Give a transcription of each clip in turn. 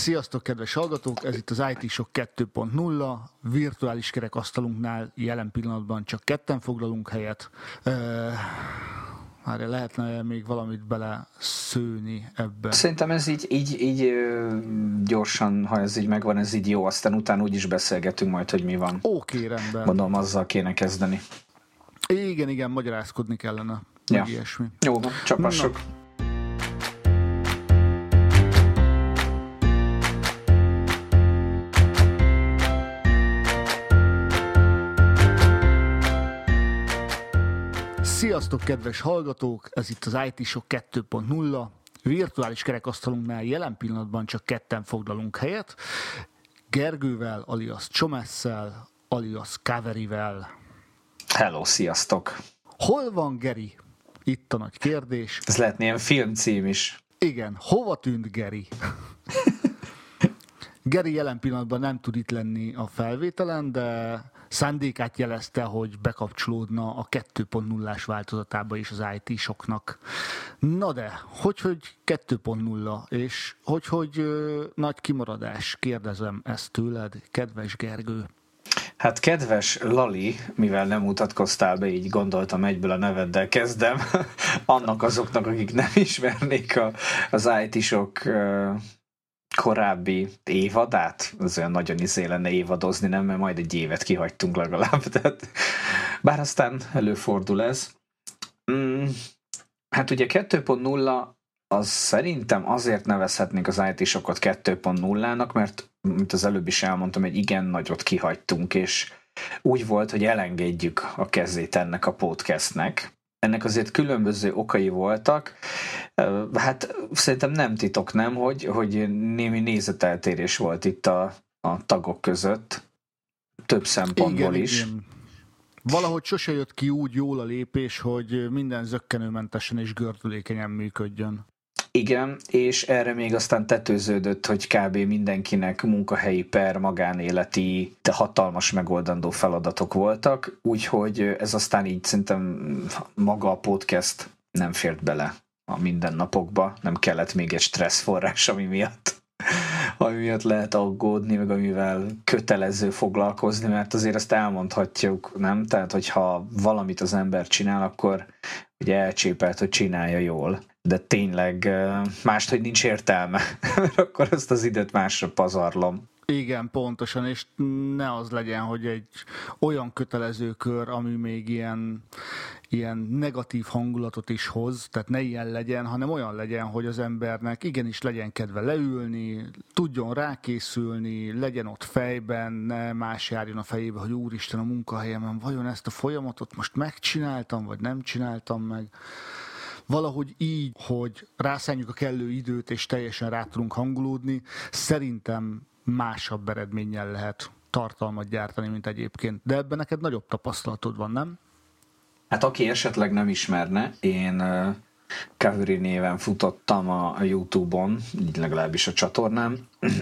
Sziasztok, kedves hallgatók! Ez itt az IT Shock 2.0. Virtuális kerekasztalunknál jelen pillanatban csak ketten foglalunk helyet. Már lehetne még valamit bele szőni ebbe. Szerintem ez így gyorsan, ha ez így megvan, ez így jó, aztán utána úgy is beszélgetünk majd, hogy mi van. Oké, rendben. Gondolom, azzal kéne kezdeni. Igen, magyarázkodni kellene. Ja. Ilyesmi. Jó, csapassuk. Sziasztok, kedves hallgatók! Ez itt az IT Shock 2.0. Virtuális kerekasztalunknál jelen pillanatban csak ketten foglalunk helyet. Gergővel, alias Csomesszel, alias Kaverivel. Hello, sziasztok! Hol van Geri? Itt a nagy kérdés. Ez lehetne ilyen filmcím is. Igen, hova tűnt Geri? Geri jelen pillanatban nem tud itt lenni a felvételen, de szándékát jelezte, hogy bekapcsolódna a 2.0-ás változatába is az IT Shocknak. Na de, hogy 2.0, és hogy nagy kimaradás, kérdezem ezt tőled, kedves Gergő. Hát kedves Lali, mivel nem mutatkoztál be, így gondoltam egyből a neveddel kezdem, annak azoknak, akik nem ismernék az IT Shock korábbi évadát, az olyan nagyon lenne évadozni, nem? Mert majd egy évet kihagytunk legalább. Tehát, bár aztán előfordul ez. Hát ugye 2.0 az szerintem azért nevezhetnénk az IT Shockot 2.0-nak, mert mint az előbb is elmondtam, egy igen nagyot kihagytunk, és úgy volt, hogy elengedjük a kezét ennek a podcastnek. Ennek azért különböző okai voltak. Hát szerintem nem titok, nem, hogy némi nézeteltérés volt itt a tagok között. Több szempontból is. Igen. Valahogy sose jött ki úgy jól a lépés, hogy minden zökkenőmentesen és gördülékenyen működjön. Igen, és erre még aztán tetőződött, hogy kb. Mindenkinek munkahelyi per magánéleti, de hatalmas megoldandó feladatok voltak, úgyhogy ez aztán így szerintem maga a podcast nem fért bele a mindennapokba, nem kellett még egy stresszforrás, ami miatt lehet aggódni, meg amivel kötelező foglalkozni, mert azért ezt elmondhatjuk, nem? Tehát, hogyha valamit az ember csinál, akkor ugye elcsépelt, hogy csinálja jól. De tényleg máshogy nincs értelme, mert akkor ezt az időt másra pazarlom. Igen, pontosan, és ne az legyen, hogy egy olyan kötelező kör, ami még ilyen negatív hangulatot is hoz, tehát ne ilyen legyen, hanem olyan legyen, hogy az embernek igenis legyen kedve leülni, tudjon rákészülni, legyen ott fejben, ne más járjon a fejébe, hogy úristen, a munkahelyemen vajon ezt a folyamatot most megcsináltam, vagy nem csináltam meg. Valahogy így, hogy rászálljuk a kellő időt, és teljesen rá tudunk hangolódni, szerintem másabb eredménnyel lehet tartalmat gyártani, mint egyébként. De ebben neked nagyobb tapasztalatod van, nem? Hát aki esetleg nem ismerne, én Kaveri néven futottam a YouTube-on, így legalábbis a csatornám,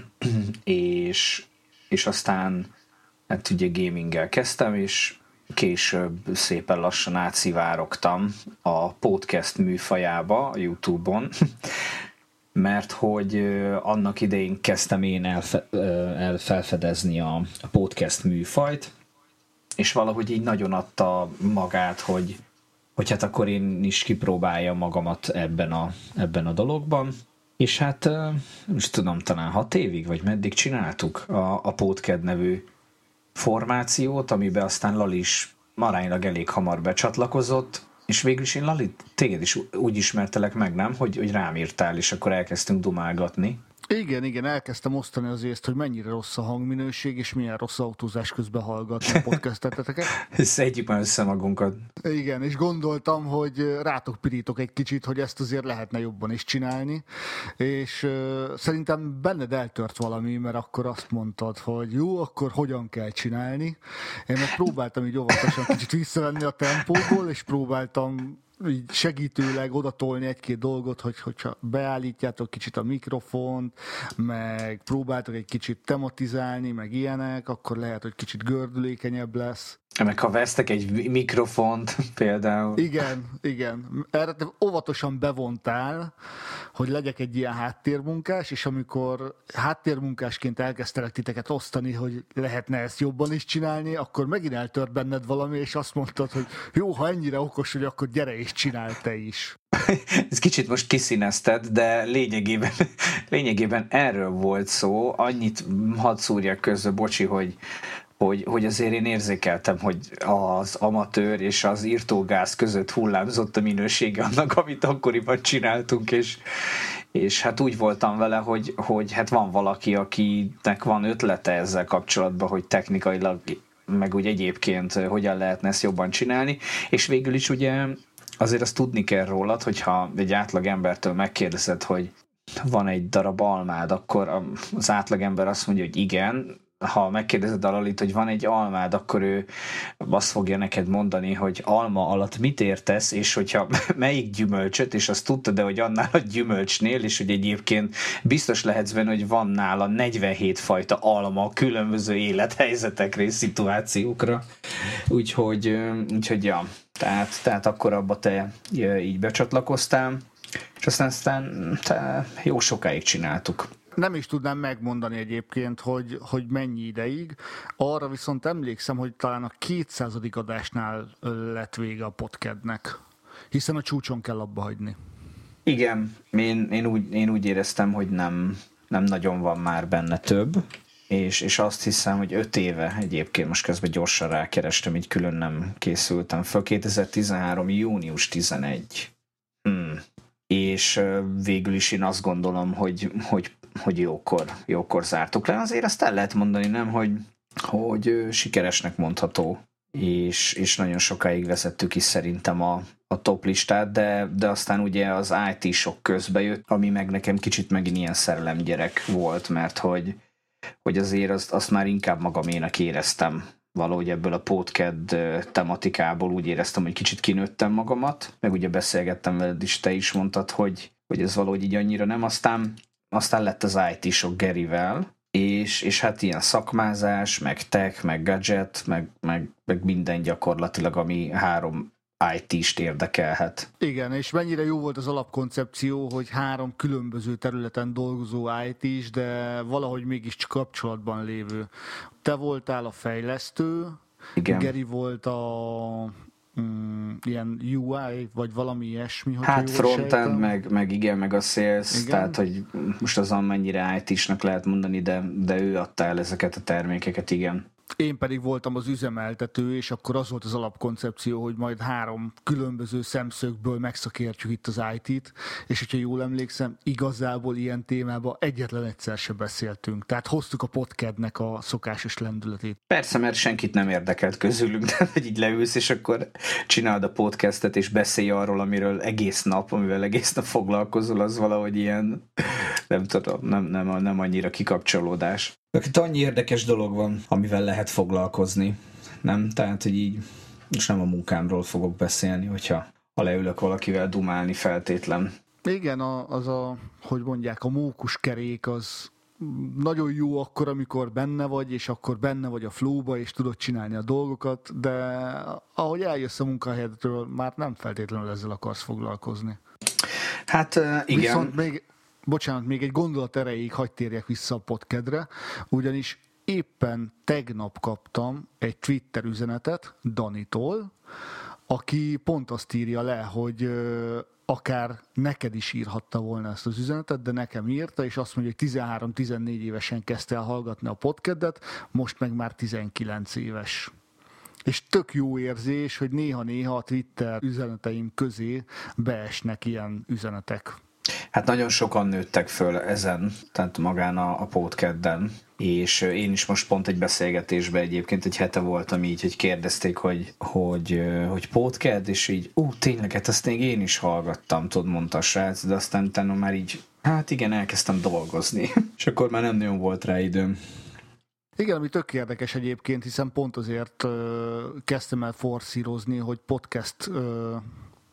és aztán hát ugye gaminggel kezdtem, és később szépen lassan átszivárogtam a podcast műfajába a YouTube-on, mert hogy annak idején kezdtem én felfedezni a podcast műfajt, és valahogy így nagyon adta magát, hogy hát akkor én is kipróbáljam magamat ebben a dologban. És hát, most tudom, talán 6 évig, vagy meddig csináltuk a Podcast nevű formációt, amiben aztán Lali is aránylag elég hamar becsatlakozott, és végül is én, Lali, téged is úgy ismertelek meg, nem? Hogy rám írtál, és akkor elkezdtünk dumálgatni. Igen, elkezdtem osztani azért, hogy mennyire rossz a hangminőség, és milyen rossz autózás közben hallgatni a podcasteteket. Szedjük már össze magunkat. Igen, és gondoltam, hogy rátok pirítok egy kicsit, hogy ezt azért lehetne jobban is csinálni, és szerintem benned eltört valami, mert akkor azt mondtad, hogy jó, akkor hogyan kell csinálni. Én meg próbáltam így óvatosan kicsit visszavenni a tempóból, és próbáltam így segítőleg odatolni egy-két dolgot, hogyha beállítjátok kicsit a mikrofont, meg próbáltok egy kicsit tematizálni, meg ilyenek, akkor lehet, hogy kicsit gördülékenyebb lesz. Meg ha vesztek egy mikrofont például. Igen. Erre te óvatosan bevontál, hogy legyek egy ilyen háttérmunkás, és amikor háttérmunkásként elkezdtelek titeket osztani, hogy lehetne ezt jobban is csinálni, akkor megint eltört benned valami, és azt mondtad, hogy jó, ha ennyire okos vagy, akkor gyere és csinálj te is. Ez kicsit most kiszínezted, de lényegében erről volt szó. Annyit hadd szúrjak közbe, bocsi, hogy azért én érzékeltem, hogy az amatőr és az írtógáz között hullámzott a minősége annak, amit akkoriban csináltunk, és hát úgy voltam vele, hogy hát van valaki, akinek van ötlete ezzel kapcsolatban, hogy technikailag, meg úgy egyébként hogyan lehetne ezt jobban csinálni, és végül is ugye azért azt tudni kell rólad, hogyha egy átlag embertől megkérdezed, hogy van egy darab almád, akkor az átlagember azt mondja, hogy igen. Ha megkérdezed a Lalit, hogy van egy almád, akkor ő azt fogja neked mondani, hogy alma alatt mit értesz, és hogyha melyik gyümölcsöt, és azt tudtad, de hogy annál a gyümölcsnél, és hogy egyébként biztos lehetsz benne, hogy van nála 47 fajta alma különböző élethelyzetekre és szituációkra. Úgyhogy ja, tehát akkor abba te így becsatlakoztál, és aztán jó sokáig csináltuk. Nem is tudnám megmondani egyébként, hogy mennyi ideig. Arra viszont emlékszem, hogy talán a 200. adásnál lett vége a podcastnek, hiszen a csúcson kell abba hagyni. Igen, én úgy éreztem, hogy nem nagyon van már benne több, és azt hiszem, hogy 5 éve egyébként, most közben gyorsan rákerestem, így külön nem készültem fel, 2013. június 11. És végül is én azt gondolom, hogy jókor zártuk le. Azért azt el lehet mondani, nem, hogy sikeresnek mondható, és nagyon sokáig vezettük is szerintem a top listát, de aztán ugye az IT sok közbe jött, ami meg nekem kicsit megint ilyen szerelemgyerek volt, mert hogy azért azt már inkább magaménak éreztem. Valahogy ebből a podcast tematikából úgy éreztem, hogy kicsit kinőttem magamat, meg ugye beszélgettem veled is, te is mondtad, hogy ez valahogy így annyira nem, aztán lett az IT sok Garyvel, és hát ilyen szakmázás, meg tech, meg gadget, meg minden gyakorlatilag, ami 3 IT-st érdekelhet. Igen, és mennyire jó volt az alapkoncepció, hogy 3 különböző területen dolgozó IT-s, de valahogy mégiscsak kapcsolatban lévő. Te voltál a fejlesztő, igen. Gary volt a ilyen UI, vagy valami ilyesmi. Hát frontend, meg a sales, igen? Tehát, hogy most azon mennyire IT-snak lehet mondani, de ő adta el ezeket a termékeket, igen. Én pedig voltam az üzemeltető, és akkor az volt az alapkoncepció, hogy majd 3 különböző szemszögből megszakértjük itt az IT-t, és hogyha jól emlékszem, igazából ilyen témában egyetlen egyszer se beszéltünk. Tehát hoztuk a podcastnek a szokásos lendületét. Persze, mert senkit nem érdekelt közülünk, de hogy így leülsz, és akkor csináld a podcastet, és beszélj arról, amivel egész nap foglalkozol, az valahogy ilyen, nem tudom, nem annyira kikapcsolódás. Itt annyi érdekes dolog van, amivel lehet foglalkozni, nem? Tehát, hogy így most nem a munkámról fogok beszélni, hogyha leülök valakivel dumálni feltétlen. Igen, hogy mondják, a mókuskerék az nagyon jó akkor, amikor benne vagy, és akkor benne vagy a flowba, és tudod csinálni a dolgokat, de ahogy eljössz a munkahelyedről, már nem feltétlenül ezzel akarsz foglalkozni. Hát igen. Viszont még egy gondolat erejéig hadd térjek vissza a podcastre, ugyanis éppen tegnap kaptam egy Twitter üzenetet Danitól, aki pont azt írja le, hogy akár neked is írhatta volna ezt az üzenetet, de nekem írta, és azt mondja, hogy 13-14 évesen kezdte el hallgatni a podcastet, most meg már 19 éves. És tök jó érzés, hogy néha-néha a Twitter üzeneteim közé beesnek ilyen üzenetek. Hát nagyon sokan nőttek föl ezen, tehát magán a podcastben, és én is most pont egy beszélgetésben egyébként egy hete voltam így, hogy kérdezték, hogy podcast, és így, tényleg, hát ezt még én is hallgattam, tudod, mondta a srác, de aztán utána már így, hát igen, elkezdtem dolgozni, és akkor már nem nagyon volt rá időm. Igen, ami tök érdekes egyébként, hiszen pont azért kezdtem el forszírozni, hogy podcast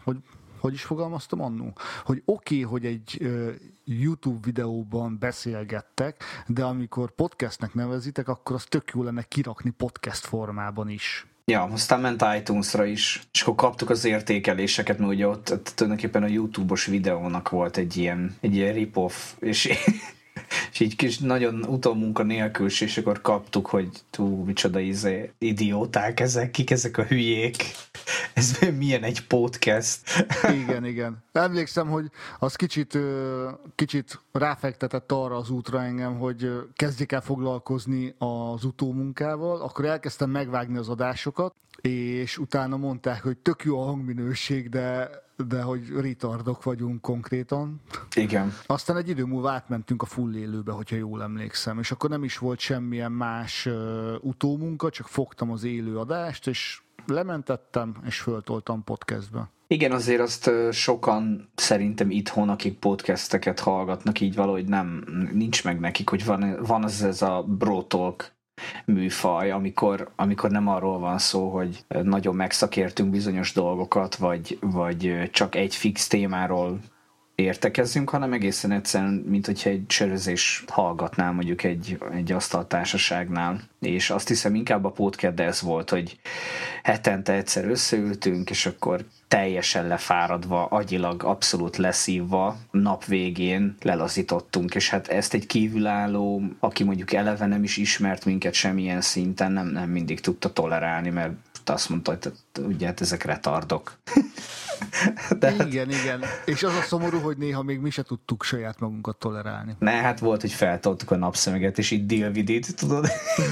hogy is fogalmaztam annó? Hogy oké, hogy egy YouTube videóban beszélgettek, de amikor podcastnek nevezitek, akkor az tök jó lenne kirakni podcast formában is. Ja, aztán ment iTunes-ra is, és akkor kaptuk az értékeléseket, mert ugye ott tulajdonképpen a YouTube-os videónak volt egy ilyen rip-off, és így kis nagyon utómunka nélkül, és akkor kaptuk, hogy micsoda idióták ezek, kik ezek a hülyék, ez milyen egy podcast. Igen. Emlékszem, hogy az kicsit ráfektetett arra az útra engem, hogy kezdjék el foglalkozni az utómunkával, akkor elkezdtem megvágni az adásokat, és utána mondták, hogy tök jó a hangminőség, de hogy retardok vagyunk konkrétan. Igen. Aztán egy idő múlva átmentünk a full élőbe, hogyha jól emlékszem, és akkor nem is volt semmilyen más utómunka, csak fogtam az élő adást, és lementettem, és föltoltam podcastbe. Igen, azért azt sokan szerintem itthon, akik podcasteket hallgatnak, így valahogy nincs meg nekik, hogy van ez a Bro Talk műfaj, amikor nem arról van szó, hogy nagyon megszakértünk bizonyos dolgokat, vagy csak egy fix témáról értekezzünk, hanem egészen egyszerűen, mint hogyha egy sörözés hallgatnál mondjuk egy asztaltársaságnál. És azt hiszem inkább a podcast ez volt, hogy hetente egyszer összeültünk, és akkor teljesen lefáradva, agyilag abszolút leszívva, nap végén lelazítottunk, és hát ezt egy kívülálló, aki mondjuk eleve nem is ismert minket semmilyen szinten, nem mindig tudta tolerálni, mert azt mondta, hogy ugye hát ezek retardok. Igen. És az a szomorú, hogy néha még mi se tudtuk saját magunkat tolerálni. Ne, hát volt, hogy feltoltuk a napszöveget, és így deal with it, tudod?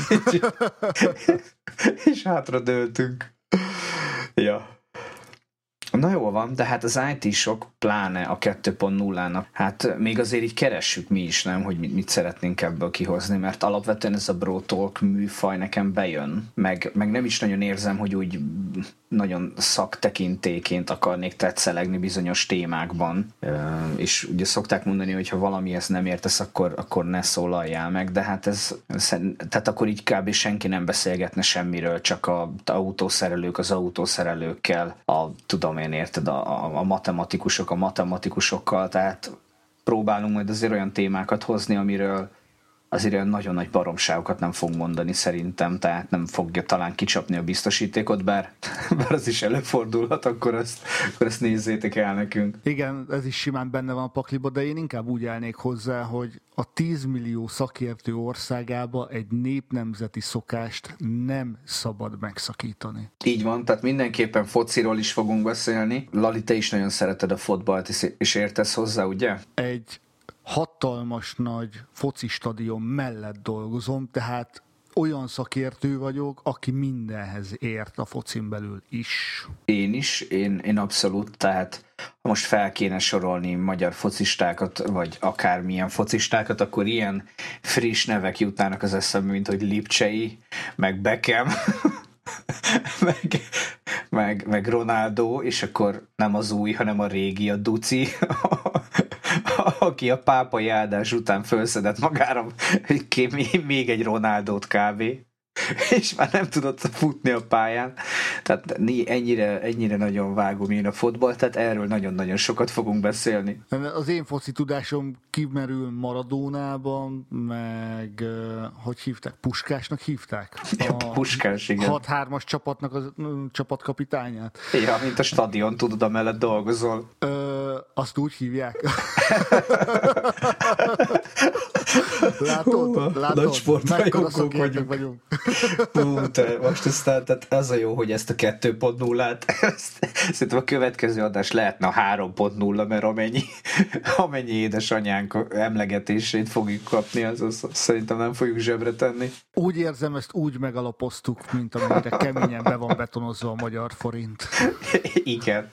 és hátra dőltünk. Ja. Na jó van, de hát az IT-sok, pláne a 2.0-nak, hát még azért így keressük mi is, nem, hogy mit szeretnénk ebből kihozni, mert alapvetően ez a Bro Talk műfaj nekem bejön, meg nem is nagyon érzem, hogy úgy nagyon szaktekintéként akarnék tetszelegni bizonyos témákban, és ugye szokták mondani, hogy ha valamihez nem értesz, akkor ne szólaljál meg, de hát tehát akkor így kb. Senki nem beszélgetne semmiről, csak az autószerelők az autószerelőkkel, tudom én, érted, a matematikusok a matematikusokkal, tehát próbálunk majd azért olyan témákat hozni, amiről azért olyan nagyon nagy baromságokat nem fog mondani szerintem, tehát nem fogja talán kicsapni a biztosítékot, bár az is előfordulhat, akkor ezt nézzétek el nekünk. Igen, ez is simán benne van a pakliba, de én inkább úgy állnék hozzá, hogy a 10 millió szakértő országába egy népnemzeti szokást nem szabad megszakítani. Így van, tehát mindenképpen fociról is fogunk beszélni. Lali, te is nagyon szereted a fotballt, és értesz hozzá, ugye? Egy hatalmas nagy foci stadion mellett dolgozom, tehát olyan szakértő vagyok, aki mindenhez ért a focin belül is. Én is, én abszolút, tehát ha most fel kéne sorolni magyar focistákat, vagy akármilyen focistákat, akkor ilyen friss nevek jutnának az eszembe, mint hogy Lipcsei, meg Beckham, meg Ronaldo, és akkor nem az új, hanem a régi, a Duci, aki a pápai áldás után felszedett magára még egy Ronaldót kb. És már nem tudott futni a pályán. Tehát ennyire nagyon vágom én a fotball, tehát erről nagyon-nagyon sokat fogunk beszélni. Az én foci tudásom kimerül Maradónában, meg hogy hívták? Puskásnak hívták? Puskás, igen. 6-3-as csapatnak a csapatkapitányát. Ja, mint a stadion, tudod, amellett dolgozol. Azt úgy hívják. Látod? Mekkora szakértők vagyunk. Most aztán, tehát az a jó, hogy ezt a 2.0-át szerintem a következő adás lehetne a 3.0, mert amennyi édesanyánk emlegetését fogjuk kapni, az szerintem nem fogjuk zsebre tenni. Úgy érzem, ezt úgy megalapoztuk, mint amennyire keményen be van betonozva a magyar forint. Igen.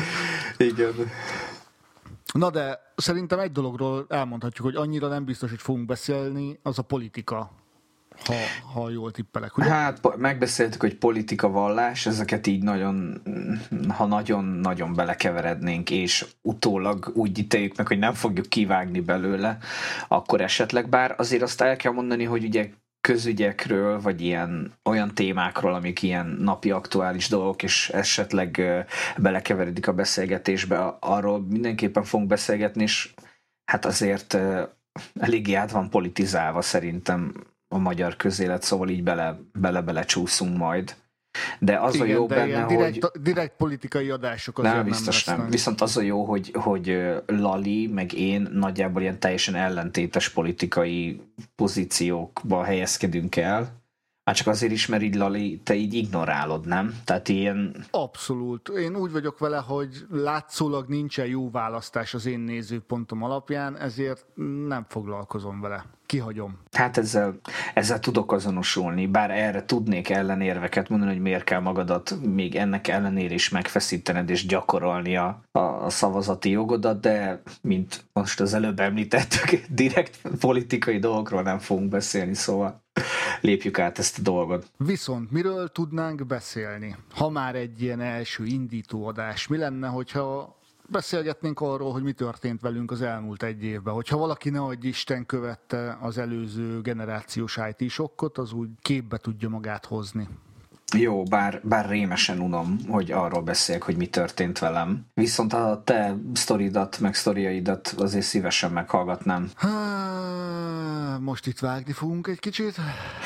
Na de szerintem egy dologról elmondhatjuk, hogy annyira nem biztos, hogy fogunk beszélni, az a politika, ha jól tippelek, ugye? Hát megbeszéltük, hogy politika, vallás, ezeket így ha nagyon-nagyon belekeverednénk, és utólag úgy ítéljük meg, hogy nem fogjuk kivágni belőle, akkor esetleg, bár azért azt el kell mondani, hogy ugye közügyekről, vagy olyan témákról, amik ilyen napi aktuális dolgok, és esetleg belekeveredik a beszélgetésbe, arról mindenképpen fogunk beszélgetni, és hát azért eléggé át van politizálva szerintem a magyar közélet, szóval így bele csúszunk majd. De az igen, a jó benne, hogy... Direkt politikai adások azért nem biztos nem. Viszont az a jó, hogy Lali, meg én nagyjából ilyen teljesen ellentétes politikai pozíciókba helyezkedünk el. Már csak azért is, mert így Lali, te így ignorálod, nem? Tehát ilyen... Abszolút. Én úgy vagyok vele, hogy látszólag nincsen jó választás az én nézőpontom alapján, ezért nem foglalkozom vele. Kihagyom. Hát ezzel tudok azonosulni, bár erre tudnék ellenérveket mondani, hogy miért kell magadat még ennek ellenére is megfeszítened és gyakorolni a szavazati jogodat, de mint most az előbb említettük, direkt politikai dolgokról nem fogunk beszélni, szóval lépjük át ezt a dolgot. Viszont miről tudnánk beszélni? Ha már egy ilyen első indítóadás, mi lenne, hogyha beszélgetnénk arról, hogy mi történt velünk az elmúlt egy évben. Hogyha valaki, ne adj Isten, követte az előző generációs IT-sokkot, az úgy képbe tudja magát hozni. Jó, bár rémesen unom, hogy arról beszéljek, hogy mi történt velem. Viszont a te sztoridat, meg sztoriaidat azért szívesen meghallgatnám. Most itt vágni fogunk egy kicsit.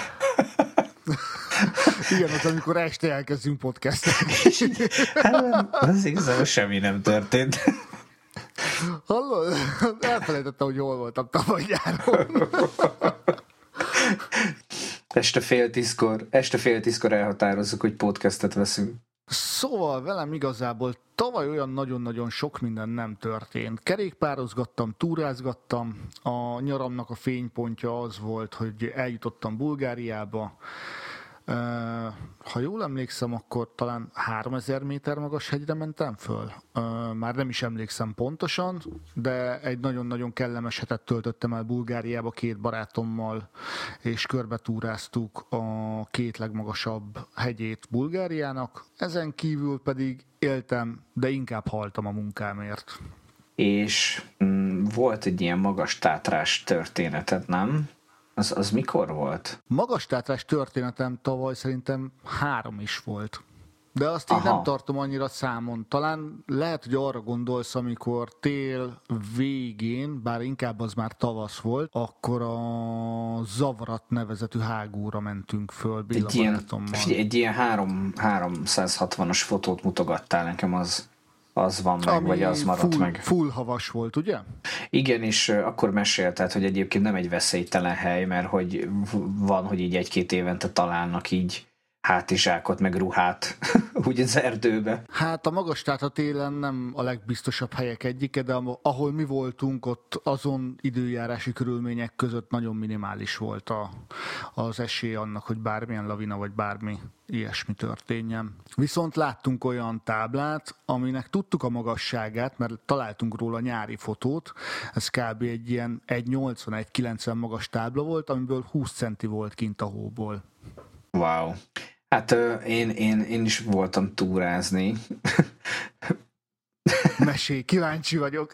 Igen, az amikor este elkezdünk podcastelni. Az igazából semmi nem történt. Hallod? Elfelejtettem, hogy hol voltam tavaly nyáron. Este fél tízkor elhatározzuk, hogy podcastet veszünk. Szóval velem igazából tavaly olyan nagyon-nagyon sok minden nem történt. Kerékpározgattam, túrázgattam, a nyaramnak a fénypontja az volt, hogy eljutottam Bulgáriába. Ha jól emlékszem, akkor talán 3000 méter magas hegyre mentem föl. Már nem is emlékszem pontosan, de egy nagyon-nagyon kellemes hetet töltöttem el Bulgáriába 2 barátommal, és körbetúráztuk a 2 legmagasabb hegyét Bulgáriának. Ezen kívül pedig éltem, de inkább haltam a munkámért. És volt egy ilyen magas tátrás történeted, nem? Az mikor volt? Magas tátrás történetem tavaly szerintem 3 is volt. De azt én nem tartom annyira számon. Talán lehet, hogy arra gondolsz, amikor tél végén, bár inkább az már tavasz volt, akkor a Zavarat nevezetű hágóra mentünk föl Béla barátommal. Egy ilyen 360-as fotót mutogattál nekem, az van meg, vagy az maradt meg. Full havas volt, ugye? Igen, és akkor mesélted, hogy egyébként nem egy veszélytelen hely, mert hogy van, hogy így 1-2 évente találnak így hátizsákot, meg ruhát úgy az erdőbe. Hát a Magas-Tátra télen nem a legbiztosabb helyek egyike, de ahol mi voltunk, ott azon időjárási körülmények között nagyon minimális volt az esély annak, hogy bármilyen lavina vagy bármi ilyesmi történjen. Viszont láttunk olyan táblát, aminek tudtuk a magasságát, mert találtunk róla nyári fotót, ez kb. Egy ilyen 1,80-1,90 magas tábla volt, amiből 20 centi volt kint a hóból. Wow. Hát én is voltam túrázni. Mesélj, kíváncsi vagyok.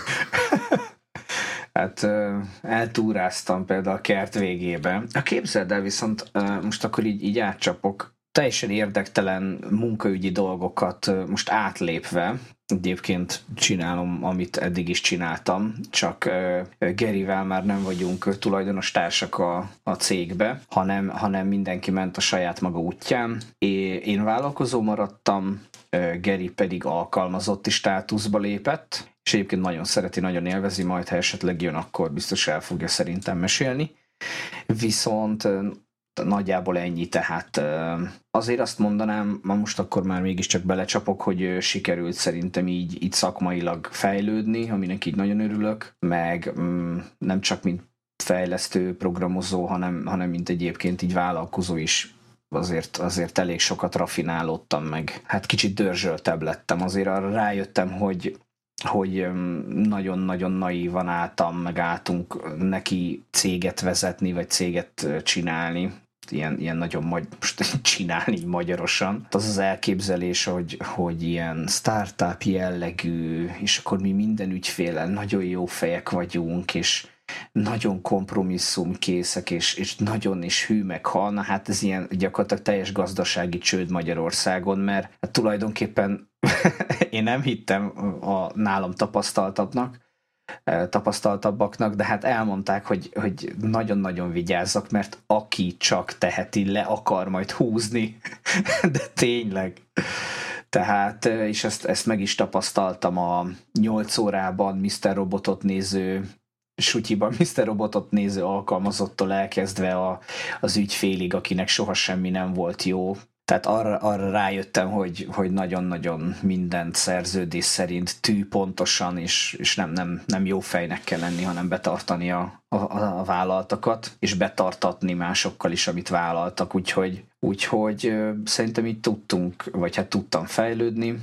Hát eltúráztam például a kert végébe. Képzeld el, viszont most akkor így átcsapok. Teljesen érdektelen munkaügyi dolgokat most átlépve, egyébként csinálom, amit eddig is csináltam, csak Gerivel már nem vagyunk tulajdonos társak a cégbe, hanem mindenki ment a saját maga útján. Én vállalkozó maradtam, Geri pedig alkalmazotti státuszba lépett, és egyébként nagyon szereti, nagyon élvezi, majd ha esetleg jön, akkor biztos el fogja szerintem mesélni. Viszont nagyjából ennyi, tehát azért azt mondanám, most akkor már mégiscsak belecsapok, hogy sikerült szerintem így szakmailag fejlődni, aminek így nagyon örülök, meg nem csak mint fejlesztő, programozó, hanem mint egyébként így vállalkozó is. Azért elég sokat rafinálódtam meg. Hát kicsit dörzsöltebb lettem, azért arra rájöttem, hogy nagyon-nagyon naívan álltunk neki céget vezetni, vagy céget csinálni. Ilyen nagyon most csinálni magyarosan. Az elképzelés, hogy ilyen startup jellegű, és akkor mi minden ügyféllel nagyon jó fejek vagyunk, és nagyon kompromisszumkészek, és nagyon is hű meg hal. Na hát ez ilyen gyakorlatilag teljes gazdasági csőd Magyarországon, mert hát tulajdonképpen én nem hittem a nálam tapasztaltabbaknak, de hát elmondták, hogy nagyon-nagyon vigyázzak, mert aki csak teheti, le akar majd húzni, de tényleg. Tehát, és ezt meg is tapasztaltam a 8 órában Mr. Robotot néző sutyiban Mr. Robotot néző alkalmazottól elkezdve az ügyfélig, akinek soha semmi nem volt jó. Tehát arra rájöttem, hogy nagyon-nagyon mindent szerződés szerint tűpontosan, és nem jó fejnek kell lenni, hanem betartani a vállaltakat, és betartatni másokkal is, amit vállaltak. Úgyhogy szerintem így tudtam fejlődni,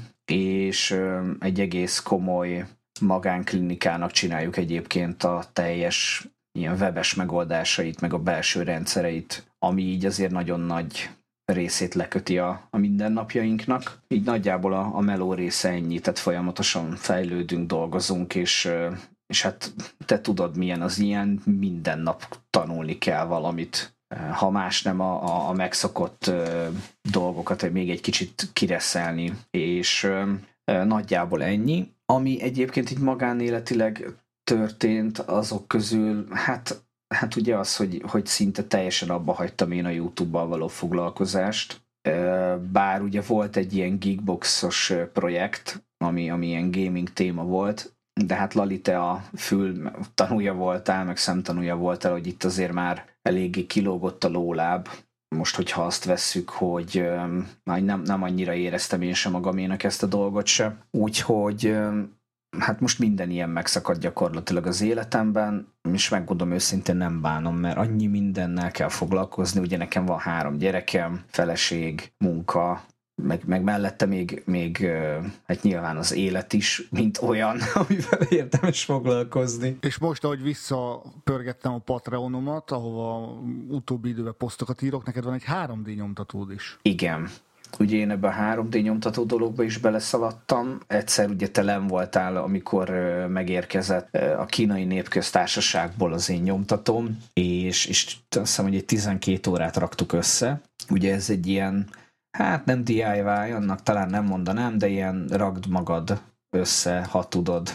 és egy egész komoly magánklinikának csináljuk egyébként a teljes ilyen webes megoldásait, meg a belső rendszereit, ami így azért nagyon nagy részét leköti a mindennapjainknak. Így nagyjából a meló része ennyi, tehát folyamatosan fejlődünk, dolgozunk, és hát te tudod, milyen az ilyen, minden nap tanulni kell valamit. Ha más nem a megszokott dolgokat még egy kicsit kireszelni, és nagyjából ennyi. Ami egyébként így magánéletileg történt, azok közül, hát ugye az, hogy szinte teljesen abba hagytam én a YouTube-bal való foglalkozást. Bár ugye volt egy ilyen Geekbox-os projekt, ami ilyen gaming téma volt, de hát Lali, te a fül tanúja voltál, meg szemtanúja voltál, hogy itt azért már eléggé kilógott a lóláb. Most, hogyha azt vesszük, hogy nem annyira éreztem én sem magaménak ezt a dolgot se. Úgyhogy hát most minden ilyen megszakadt gyakorlatilag az életemben, és megmondom őszintén, nem bánom, mert annyi mindennel kell foglalkozni, ugye nekem van 3 gyerekem, feleség, munka, meg mellette még hát nyilván az élet is, mint olyan, amivel érdemes foglalkozni. És most, ahogy visszapörgettem a Patreonomat, ahova utóbbi időben posztokat írok, neked van egy 3D nyomtatód is. Igen. Ugye én ebben a 3D nyomtató dologba is beleszaladtam. Egyszer ugye te nem voltál, amikor megérkezett a Kínai Népköztársaságból az én nyomtatóm, és azt hiszem, hogy egy 12 órát raktuk össze. Ugye ez egy ilyen, hát nem DIY, annak talán nem mondanám, de ilyen ragd magad össze, ha tudod,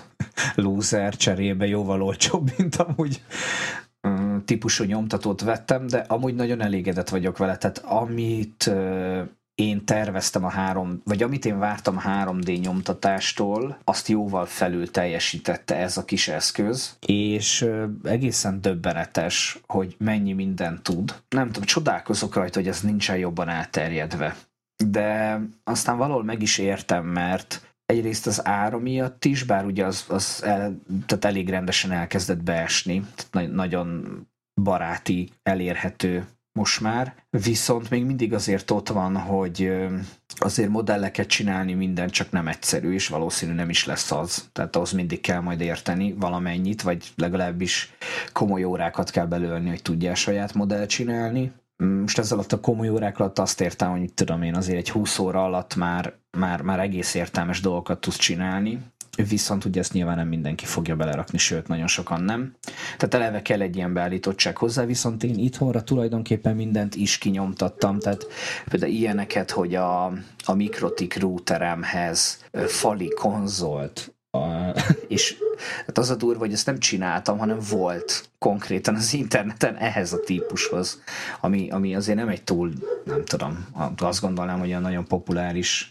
loser cserébe jóval olcsóbb, mint amúgy típusú nyomtatót vettem, de amúgy nagyon elégedett vagyok vele. Tehát amit én terveztem amit én vártam a 3D nyomtatástól, azt jóval felül teljesítette ez a kis eszköz, és egészen döbbenetes, hogy mennyi mindent tud. Nem tudom, csodálkozok rajta, hogy ez nincsen jobban elterjedve. De aztán valahol meg is értem, mert egyrészt az ára miatt is, bár ugye tehát elég rendesen elkezdett beesni, tehát nagyon baráti, elérhető most már, viszont még mindig azért ott van, hogy azért modelleket csinálni minden csak nem egyszerű, és valószínű nem is lesz az. Tehát ahhoz mindig kell majd érteni valamennyit, vagy legalábbis komoly órákat kell belőlni, hogy tudjál saját modellt csinálni. Most ezzel alatt a komoly órák alatt azt értem, hogy mit tudom én, azért egy 20 óra alatt már egész értelmes dolgokat tudsz csinálni, viszont ugye ezt nyilván nem mindenki fogja belerakni, sőt, nagyon sokan nem. Tehát eleve kell egy ilyen beállítottság hozzá, viszont én itthonra tulajdonképpen mindent is kinyomtattam, tehát például ilyeneket, hogy a Mikrotik routeremhez fali konzolt, és hát az a durva, hogy ezt nem csináltam, hanem volt konkrétan az interneten ehhez a típushoz, ami azért nem egy túl, nem tudom, azt gondolnám, hogy olyan nagyon populáris.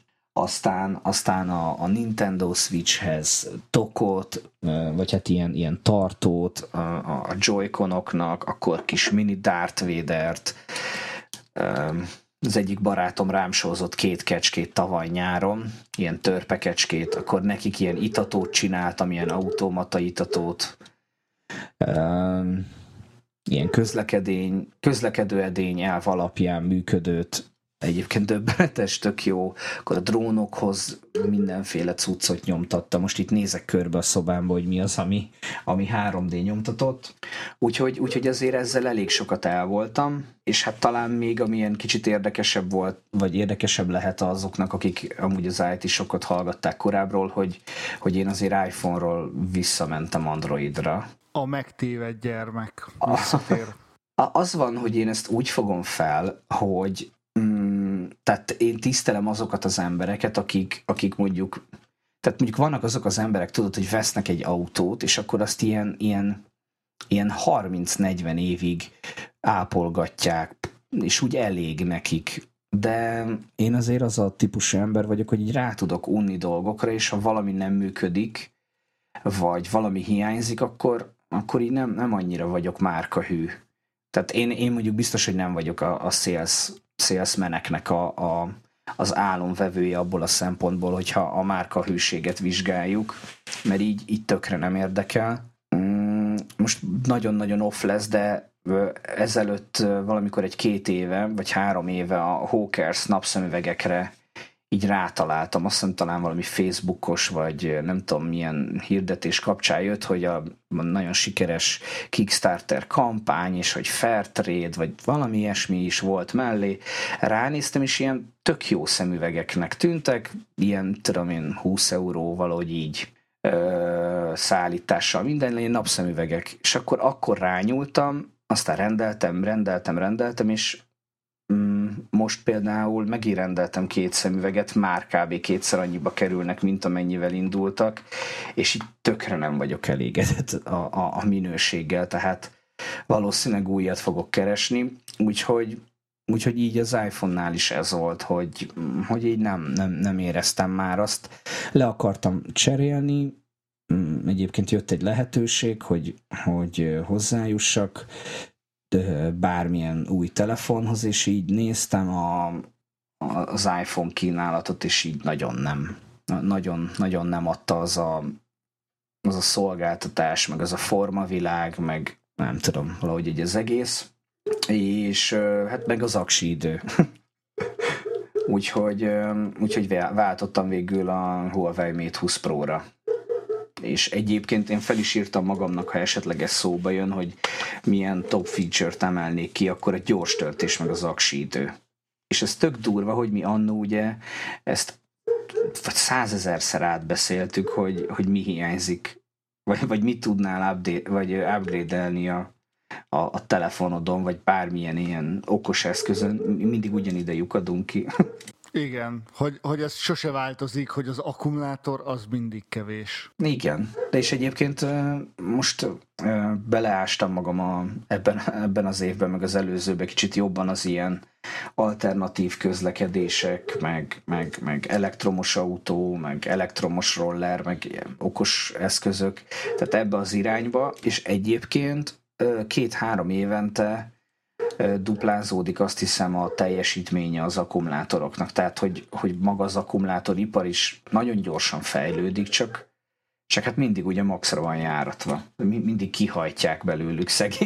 Aztán a Nintendo Switchhez dokot, vagy hát ilyen tartót, a Joy-Conoknak, akkor kis mini Darth Vadert. Az egyik barátom rám sózott 2 kecskét tavaly nyáron, ilyen törpekecskét, akkor nekik ilyen itatót csináltam, ilyen automata itatót. Ilyen közlekedő edény elv alapján működőt, egyébként döbbenetes, tök jó. Akkor a drónokhoz mindenféle cuccot nyomtatta. Most itt nézek körbe a szobámba, hogy mi az, ami 3D nyomtatott. Úgyhogy azért ezzel elég sokat el voltam, és hát talán még amilyen kicsit érdekesebb volt, vagy érdekesebb lehet azoknak, akik amúgy az IT sokat hallgatták korábbról, hogy én azért iPhone-ról visszamentem Androidra. A megtévedt gyermek visszatér. Az van, hogy én ezt úgy fogom fel, hogy tehát én tisztelem azokat az embereket, akik mondjuk, tehát mondjuk vannak azok az emberek, tudod, hogy vesznek egy autót, és akkor azt ilyen 30-40 évig ápolgatják, és úgy elég nekik. De én azért az a típusú ember vagyok, hogy így rá tudok unni dolgokra, és ha valami nem működik, vagy valami hiányzik, akkor így nem annyira vagyok márkahű. Tehát én mondjuk biztos, hogy nem vagyok a salesmeneknek az álomvevője abból a szempontból, hogyha a márkahűséget vizsgáljuk, mert így tökre nem érdekel. Most nagyon-nagyon off lesz, de ezelőtt valamikor 2 éve, vagy 3 éve a Hawkers napszemüvegekre így rátaláltam, azt hiszem talán valami Facebookos, vagy nem tudom milyen hirdetés kapcsán jött, hogy a nagyon sikeres Kickstarter kampány, és hogy Fairtrade, vagy valami ilyesmi is volt mellé. Ránéztem, és ilyen tök jó szemüvegeknek tűntek, ilyen, tudom én, 20 euró valahogy így szállítással, minden ilyen napszemüvegek. És akkor rányúltam, aztán rendeltem, és most például megint rendeltem 2 szemüveget, már kb. 2-szer annyiba kerülnek, mint amennyivel indultak, és így tökre nem vagyok elégedett a minőséggel, tehát valószínűleg újat fogok keresni, úgyhogy így az iPhone-nál is ez volt, hogy így nem éreztem már azt. Le akartam cserélni, egyébként jött egy lehetőség, hogy hozzájussak bármilyen új telefonhoz, és így néztem az iPhone kínálatot, és így nagyon nem adta az a szolgáltatás, meg az a formavilág, meg nem tudom, valahogy így az egész, és hát meg az aksi idő. úgyhogy váltottam végül a Huawei Mate 20 Pro-ra. És egyébként én fel is írtam magamnak, ha esetleg ez szóba jön, hogy milyen top feature-t emelnék ki, akkor a gyors töltés meg az aksi idő. És ez tök durva, hogy mi annó ugye ezt 100 000-szer átbeszéltük, hogy mi hiányzik, vagy mit tudnál upgrade-elni a telefonodon, vagy bármilyen ilyen okos eszközön, mindig ugyanide lyukadunk ki. Igen, hogy ez sose változik, hogy az akkumulátor az mindig kevés. Igen, de és egyébként most beleástam magam ebben az évben, meg az előzőben kicsit jobban az ilyen alternatív közlekedések, meg elektromos autó, meg elektromos roller, meg ilyen okos eszközök, tehát ebbe az irányba, és egyébként 2-3 évente duplázódik, azt hiszem, a teljesítménye az akkumulátoroknak. Tehát, hogy maga az akkumulátoripar is nagyon gyorsan fejlődik, csak hát mindig ugye maxra van járatva. Mindig kihajtják belőlük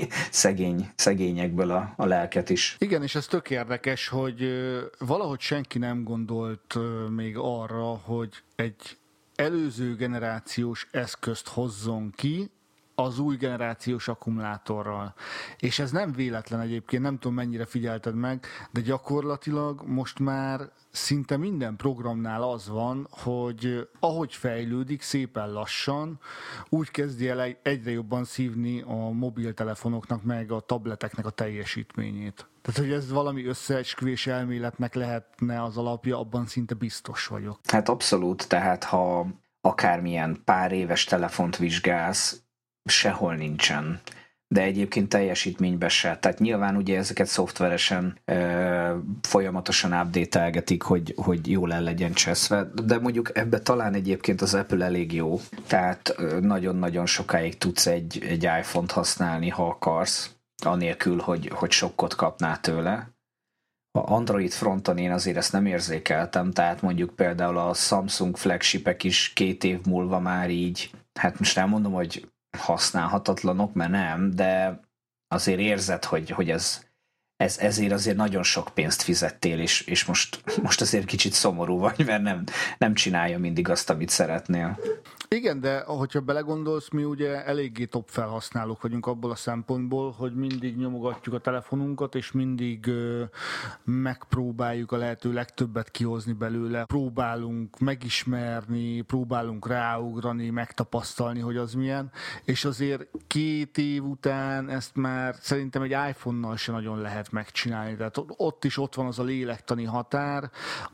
szegényekből a lelket is. Igen, és ez tök érdekes, hogy valahogy senki nem gondolt még arra, hogy egy előző generációs eszközt hozzon ki, az új generációs akkumulátorral. És ez nem véletlen egyébként, nem tudom mennyire figyelted meg, de gyakorlatilag most már szinte minden programnál az van, hogy ahogy fejlődik szépen lassan, úgy kezdi el egyre jobban szívni a mobiltelefonoknak meg a tableteknek a teljesítményét. Tehát, hogy ez valami összeesküvés elméletnek lehetne az alapja, abban szinte biztos vagyok. Hát abszolút, tehát ha akármilyen pár éves telefont vizsgálsz, sehol nincsen, de egyébként teljesítményben se. Tehát nyilván ugye ezeket szoftveresen folyamatosan update-elgetik, hogy jól el legyen cseszve, de mondjuk ebbe talán egyébként az Apple elég jó. Tehát nagyon-nagyon sokáig tudsz egy iPhone-t használni, ha akarsz, anélkül, hogy sokkot kapnál tőle. A Android fronton én azért ezt nem érzékeltem, tehát mondjuk például a Samsung flagshipek is 2 év múlva már így, hát most nem mondom, hogy használhatatlanok, mert nem, de azért érzed, hogy ezért azért nagyon sok pénzt fizettél, és most azért kicsit szomorú vagy, mert nem csinálja mindig azt, amit szeretnél. Igen, de ahogyha belegondolsz, mi ugye eléggé top felhasználók vagyunk abból a szempontból, hogy mindig nyomogatjuk a telefonunkat, és mindig megpróbáljuk a lehető legtöbbet kihozni belőle. Próbálunk megismerni, próbálunk ráugrani, megtapasztalni, hogy az milyen, és azért 2 év után ezt már szerintem egy iPhone-nal se nagyon lehet megcsinálni. Tehát ott van az a lélektani határ,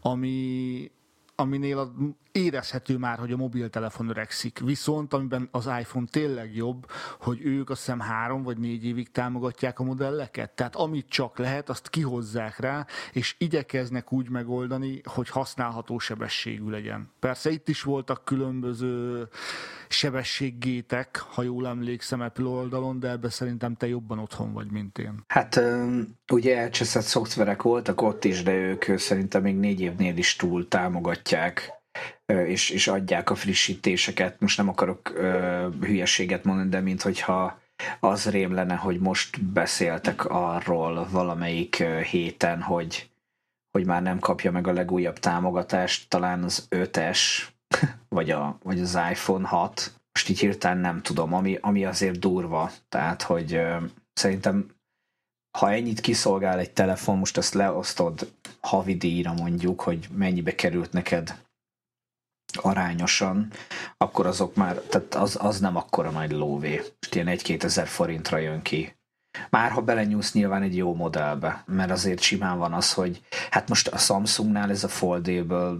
aminél érezhető már, hogy a mobiltelefon öregszik. Viszont, amiben az iPhone tényleg jobb, hogy ők azt hiszem 3 vagy 4 évig támogatják a modelleket. Tehát amit csak lehet, azt kihozzák rá, és igyekeznek úgy megoldani, hogy használható sebességű legyen. Persze itt is voltak különböző sebességgétek, ha jól emlékszem Apple oldalon, de ebben szerintem te jobban otthon vagy, mint én. Hát ugye elcseszett szoftverek voltak ott is, de ők szerintem még 4 évnél is túl támogatják, és adják a frissítéseket. Most nem akarok hülyeséget mondani, de minthogyha az rém lenne, hogy most beszéltek arról valamelyik héten, hogy már nem kapja meg a legújabb támogatást, talán az 5S, vagy az iPhone 6. Most így hirtelen nem tudom, ami azért durva. Tehát, hogy szerintem ha ennyit kiszolgál egy telefon, most ezt leosztod havidíjra mondjuk, hogy mennyibe került neked arányosan, akkor azok már, tehát az nem akkora nagy lóvé. Most ilyen 1-2 ezer forintra jön ki. Már ha belenyúlsz nyilván egy jó modellbe, mert azért simán van az, hogy hát most a Samsungnál ez a foldable,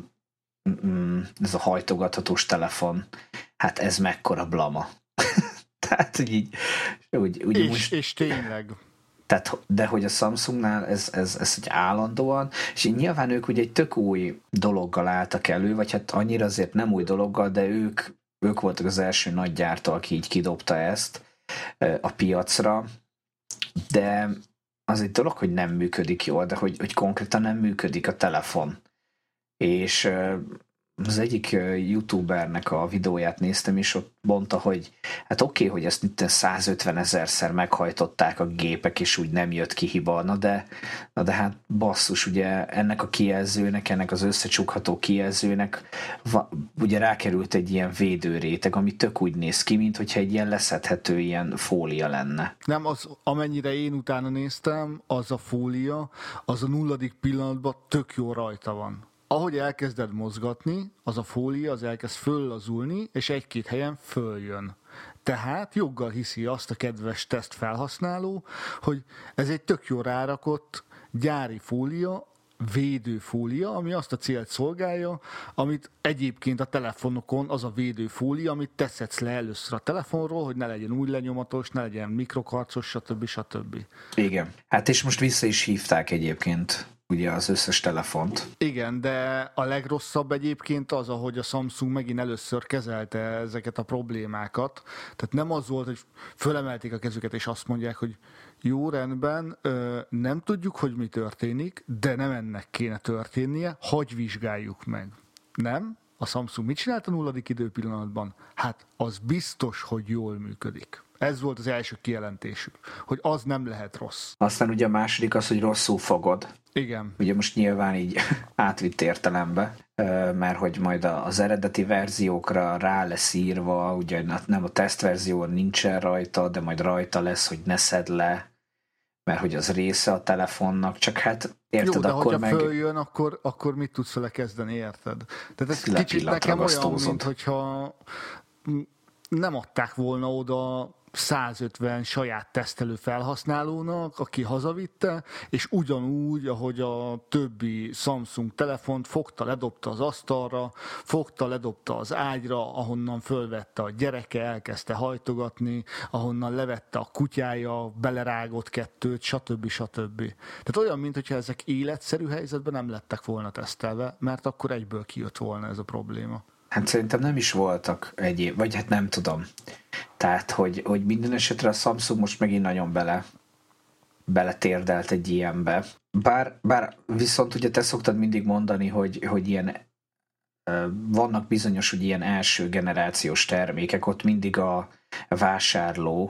ez a hajtogathatós telefon, hát ez mekkora blama. Tehát úgy És tényleg. Tehát, de hogy a Samsungnál ez egy állandóan, és nyilván ők ugye egy tök új dologgal álltak elő, vagy hát annyira azért nem új dologgal, de ők voltak az első nagy gyártó, aki így kidobta ezt a piacra, de az egy dolog, hogy nem működik jól, de hogy konkrétan nem működik a telefon. És az egyik youtubernek a videóját néztem, és ott mondta, hogy hát oké, hogy ezt itt 150 000-szer meghajtották a gépek, és úgy nem jött ki hiba, na de hát basszus, ugye ennek a kijelzőnek, ennek az összecsukható kijelzőnek ugye rákerült egy ilyen védőréteg, ami tök úgy néz ki, mint hogyha egy ilyen leszedhető ilyen fólia lenne. Nem, amennyire én utána néztem, az a fólia, az a 0. pillanatban tök jó rajta van. Ahogy elkezded mozgatni, az a fólia az elkezd föllazulni, és 1-2 helyen följön. Tehát joggal hiszi azt a kedves teszt felhasználó, hogy ez egy tök jó rárakott gyári fólia, védőfólia, ami azt a célt szolgálja, amit egyébként a telefonokon az a védőfólia, amit te szedsz le először a telefonról, hogy ne legyen új lenyomatos, ne legyen mikrokarcos, stb. Igen. Hát és most vissza is hívták egyébként ugye az összes telefont. Igen, de a legrosszabb egyébként az, ahogy a Samsung megint először kezelte ezeket a problémákat. Tehát nem az volt, hogy fölemelték a kezüket és azt mondják, hogy jó, rendben, nem tudjuk, hogy mi történik, de nem ennek kéne történnie, hagyj vizsgáljuk meg. Nem? A Samsung mit csinált a 0. időpillanatban? Hát az biztos, hogy jól működik. Ez volt az első kijelentésük, hogy az nem lehet rossz. Aztán ugye a második az, hogy rosszul fogod. Igen. Ugye most nyilván így átvitt értelembe, mert hogy majd az eredeti verziókra rá lesz írva, ugye nem a tesztverzió nincsen rajta, de majd rajta lesz, hogy ne szedd le, mert hogy az része a telefonnak, csak hát érted, jó, de akkor hogyha följön, akkor mit tudsz vele kezdeni, érted? Tehát ez kicsit nekem olyan, mint hogyha nem adták volna oda 150 saját tesztelő felhasználónak, aki hazavitte, és ugyanúgy, ahogy a többi Samsung telefont fogta, ledobta az asztalra, fogta, ledobta az ágyra, ahonnan fölvette a gyereke, elkezdte hajtogatni, ahonnan levette a kutyája, belerágott 2, stb. Tehát olyan, mintha ezek életszerű helyzetben nem lettek volna tesztelve, mert akkor egyből kijött volna ez a probléma. Hát szerintem nem is voltak egyéb, vagy hát nem tudom. Tehát, hogy minden esetre a Samsung most megint nagyon beletérdelt egy ilyenbe. Bár viszont ugye te szoktad mindig mondani, hogy ilyen vannak bizonyos, hogy ilyen első generációs termékek, ott mindig a vásárló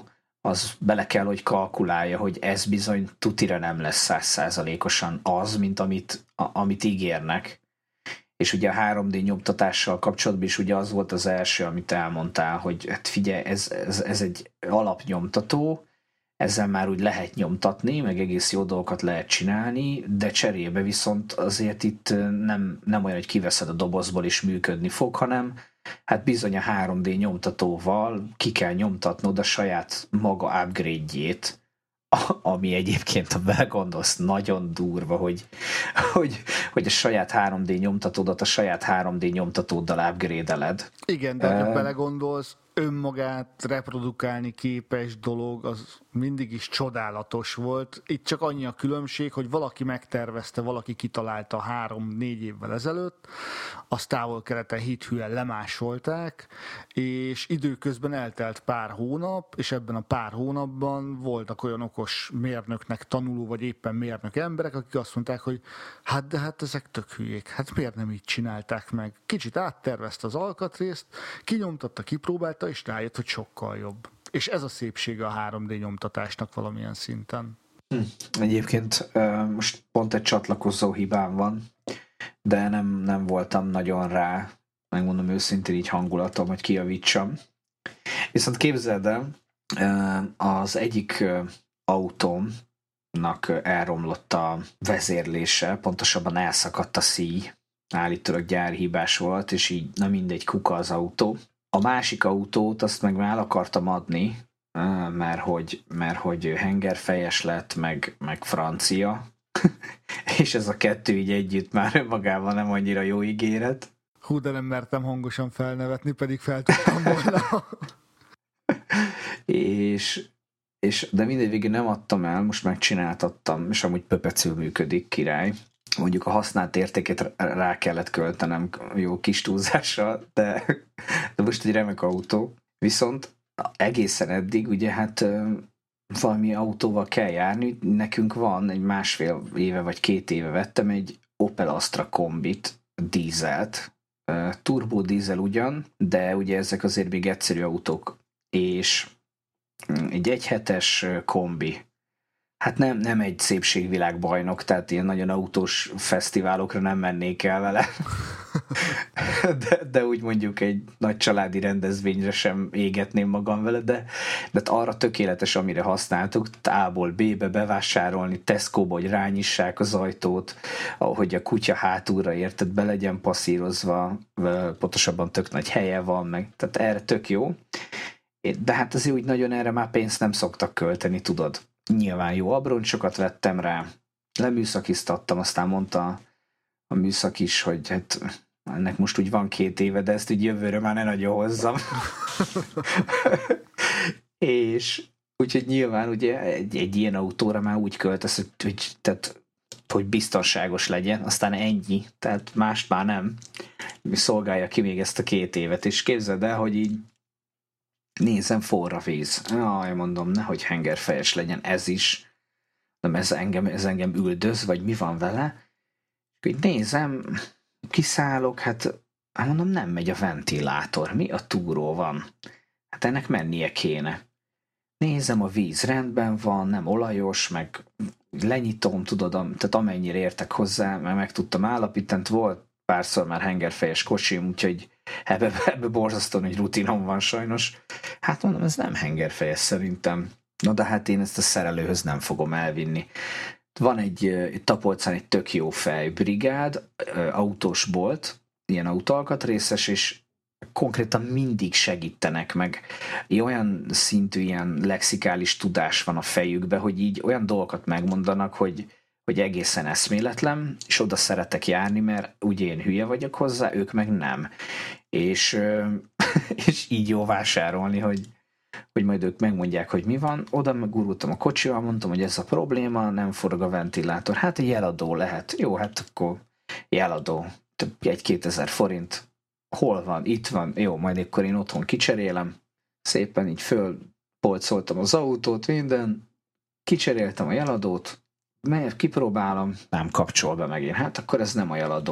az bele kell, hogy kalkulálja, hogy ez bizony tutira nem lesz 100%-osan az, mint amit ígérnek. És ugye a 3D nyomtatással kapcsolatban is ugye az volt az első, amit elmondtál, hogy hát figyelj, ez egy alapnyomtató, ezzel már úgy lehet nyomtatni, meg egész jó dolgokat lehet csinálni, de cserébe viszont azért itt nem olyan, hogy kiveszed a dobozból és működni fog, hanem hát bizony a 3D nyomtatóval ki kell nyomtatnod a saját maga upgrade-jét, ami egyébként, ha belegondolsz, nagyon durva, hogy a saját 3D nyomtatódat a saját 3D nyomtatóddal upgrade-eled. Igen, de ha belegondolsz, önmagát reprodukálni képes dolog, az mindig is csodálatos volt. Itt csak annyi a különbség, hogy valaki megtervezte, valaki kitalálta 3-4 évvel ezelőtt, azt távol-keleten hithűen lemásolták, és időközben eltelt pár hónap, és ebben a pár hónapban voltak olyan okos mérnöknek tanuló, vagy éppen mérnök emberek, akik azt mondták, hogy hát ezek tök hülyék, hát miért nem így csinálták meg? Kicsit áttervezte az alkatrészt, kinyomtatta, kipróbálta, és rájött, hogy sokkal jobb. És ez a szépsége a 3D nyomtatásnak valamilyen szinten. Egyébként most pont egy csatlakozó hibám van, de nem voltam nagyon rá, megmondom őszintén így hangulatom, hogy kijavítsam. Viszont képzeld el, az egyik autómnak elromlott a vezérlése, pontosabban elszakadt a szíj, állítólag gyárhibás volt, és így na mindegy, kuka az autó. A másik autót azt meg már el akartam adni, mert hogy hengerfejes lett, meg francia, és ez a kettő így együtt már önmagában nem annyira jó ígéret. Hú, de nem mertem hangosan felnevetni, pedig fel tudtam volna. De mindegy, végül nem adtam el, most megcsináltattam, és amúgy pöpecül működik, király. Mondjuk a használt értéket rá kellett költenem jó kis túlzással, de most egy remek autó. Viszont egészen eddig ugye hát valami autóval kell járni, nekünk van egy 1,5 éve vagy 2 éve vettem egy Opel Astra kombit, dízelt, turbo dízel ugyan, de ugye ezek azért még egyszerű autók, és egy 1.7-es kombi, hát nem egy szépségvilágbajnok, tehát ilyen nagyon autós fesztiválokra nem mennék el vele. de úgy mondjuk egy nagy családi rendezvényre sem égetném magam vele, de arra tökéletes, amire használtuk, A-ból B-be bevásárolni, Tesco-ba, hogy rányissák az ajtót, ahogy a kutya hátulra érted, be legyen passzírozva, pontosabban tök nagy helye van, meg, tehát erre tök jó. De hát azért úgy nagyon erre már pénzt nem szoktak költeni, tudod. Nyilván jó abroncsokat vettem rá, leműszakiztattam, aztán mondta a műszak is, hogy hát ennek most úgy van 2 éve, de ezt úgy jövőre már ne nagyon hozzam. És úgyhogy nyilván ugye egy ilyen autóra már úgy költesz, hogy biztonságos legyen, aztán ennyi, tehát mást már nem. Szolgálja ki még ezt a 2 évet, és képzeld el, hogy így nézem, forra víz. Jaj, mondom, nehogy hengerfejes legyen ez is. Nem, ez engem üldöz, vagy mi van vele? És így nézem, kiszállok, hát mondom, nem megy a ventilátor. Mi a túró van? Hát ennek mennie kéne. Nézem, a víz rendben van, nem olajos, meg lenyitom, tudod, tehát amennyire értek hozzá, meg tudtam állapítani, volt párszor már hengerfejes kocsim, úgyhogy ebbe borzasztóan egy rutinom van sajnos. Hát mondom, ez nem hengerfejes szerintem. Na de hát én ezt a szerelőhöz nem fogom elvinni. Van egy Tapolcán egy tök jó fej brigád, autós bolt, ilyen autóalkatrészes, és konkrétan mindig segítenek meg. Olyan szintű ilyen lexikális tudás van a fejükbe, hogy így olyan dolgokat megmondanak, hogy egészen eszméletlen, és oda szeretek járni, mert ugye én hülye vagyok hozzá, ők meg nem. És így jó vásárolni, hogy majd ők megmondják, hogy mi van. Oda megurultam a kocsival, mondtam, hogy ez a probléma, nem forog a ventilátor. Hát egy jeladó lehet. Jó, hát akkor jeladó. 1-2 ezer forint. Hol van? Itt van. Jó, majd akkor én otthon kicserélem. Szépen így fölpolcoltam az autót, minden. Kicseréltem a jeladót, kipróbálom, nem kapcsol be megint. Hát akkor ez nem a jeladó.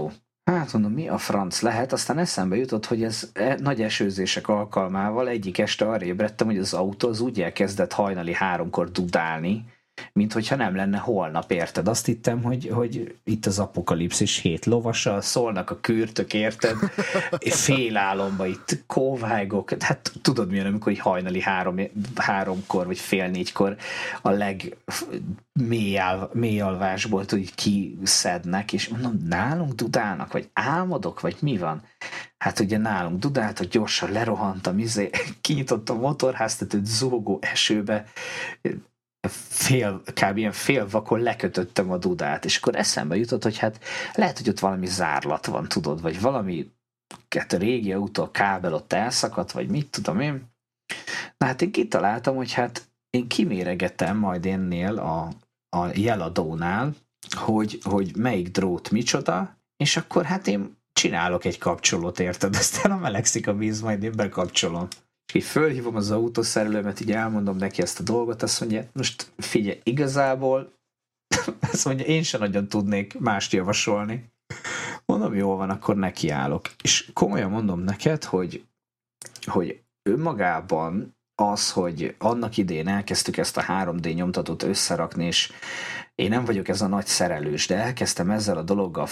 Hát mondom, mi a franc lehet? Aztán eszembe jutott, hogy ez nagy esőzések alkalmával egyik este arra ébredtem, hogy az autó az úgy elkezdett hajnali 3-kor dudálni, mint hogyha nem lenne holnap, érted? Azt hittem, hogy itt az apokalipszis 7 lovassal szólnak a kürtök, érted? Fél álomba itt kóvájgok. Hát tudod milyen, amikor így hajnali 3-kor vagy fél 4-kor a mély alvásból így kiszednek, és mondom, nálunk dudálnak, vagy álmodok, vagy mi van? Hát ugye nálunk dudált, hogy gyorsan lerohantam, kinyitottam a motorháztetőt zúgó esőbe, kb. Ilyen fél vakon lekötöttem a dudát, és akkor eszembe jutott, hogy hát lehet, hogy ott valami zárlat van, tudod, vagy valami a régi autó, a kábel ott elszakadt, vagy mit tudom én. Na hát én kitaláltam, hogy hát én kiméregetem majd ennél a jeladónál, hogy melyik drót micsoda, és akkor hát én csinálok egy kapcsolót, érted? Aztán a melegszik a víz, majd én bekapcsolom. És így fölhívom az autószerelőmet, így elmondom neki ezt a dolgot, azt mondja, most figyelj, igazából azt mondja, én sem nagyon tudnék mást javasolni. Mondom, jól van, akkor nekiállok. És komolyan mondom neked, hogy önmagában az, hogy annak idén elkezdtük ezt a 3D nyomtatót összerakni, és én nem vagyok ez a nagy szerelős, de elkezdtem ezzel a dologgal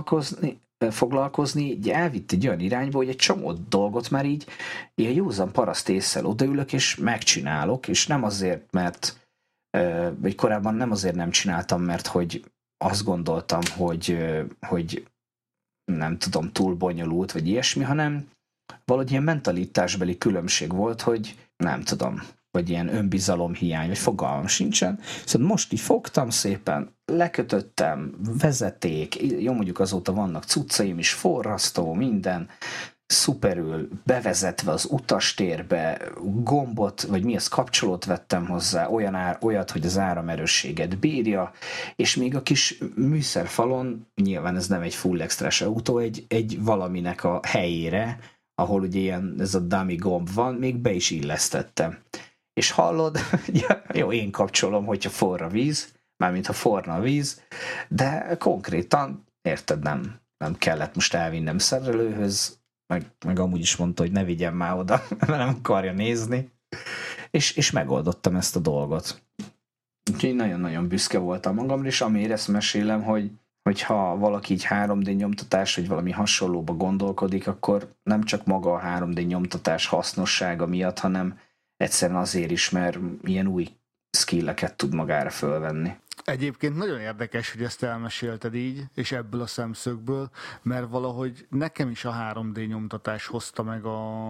foglalkozni, így elvitt egy olyan irányba, hogy egy csomó dolgot már így ilyen józan paraszt ésszel odaülök, és megcsinálok, és nem azért, mert vagy korábban nem azért nem csináltam, mert hogy azt gondoltam, hogy nem tudom, túl bonyolult, vagy ilyesmi, hanem valahogy ilyen mentalitásbeli különbség volt, hogy nem tudom, vagy ilyen önbizalomhiány, vagy fogalmam sincsen. Szóval most így fogtam szépen, lekötöttem, vezeték, jó mondjuk azóta vannak cuccaim is, forrasztó, minden, szuperül bevezetve az utastérbe, gombot, vagy mi az, kapcsolót vettem hozzá, olyat, hogy az áramerősséget bírja, és még a kis műszerfalon, nyilván ez nem egy full extrás autó, egy valaminek a helyére, ahol ugye ilyen, ez a dummy gomb van, még be is illesztettem. És hallod, jó, én kapcsolom, hogyha forra víz, mármint ha forna a víz, de konkrétan, érted, nem kellett most elvinnem szerelőhöz, meg amúgy is mondta, hogy ne vigyem már oda, mert nem akarja nézni, és megoldottam ezt a dolgot. Úgyhogy nagyon-nagyon büszke voltam magamra, és amiért ezt mesélem, hogyha valaki így 3D nyomtatás, vagy valami hasonlóba gondolkodik, akkor nem csak maga a 3D nyomtatás hasznossága miatt, hanem egyszerűen azért is, mert ilyen új skilleket tud magára fölvenni. Egyébként nagyon érdekes, hogy ezt elmesélted így, és ebből a szemszögből, mert valahogy nekem is a 3D nyomtatás hozta meg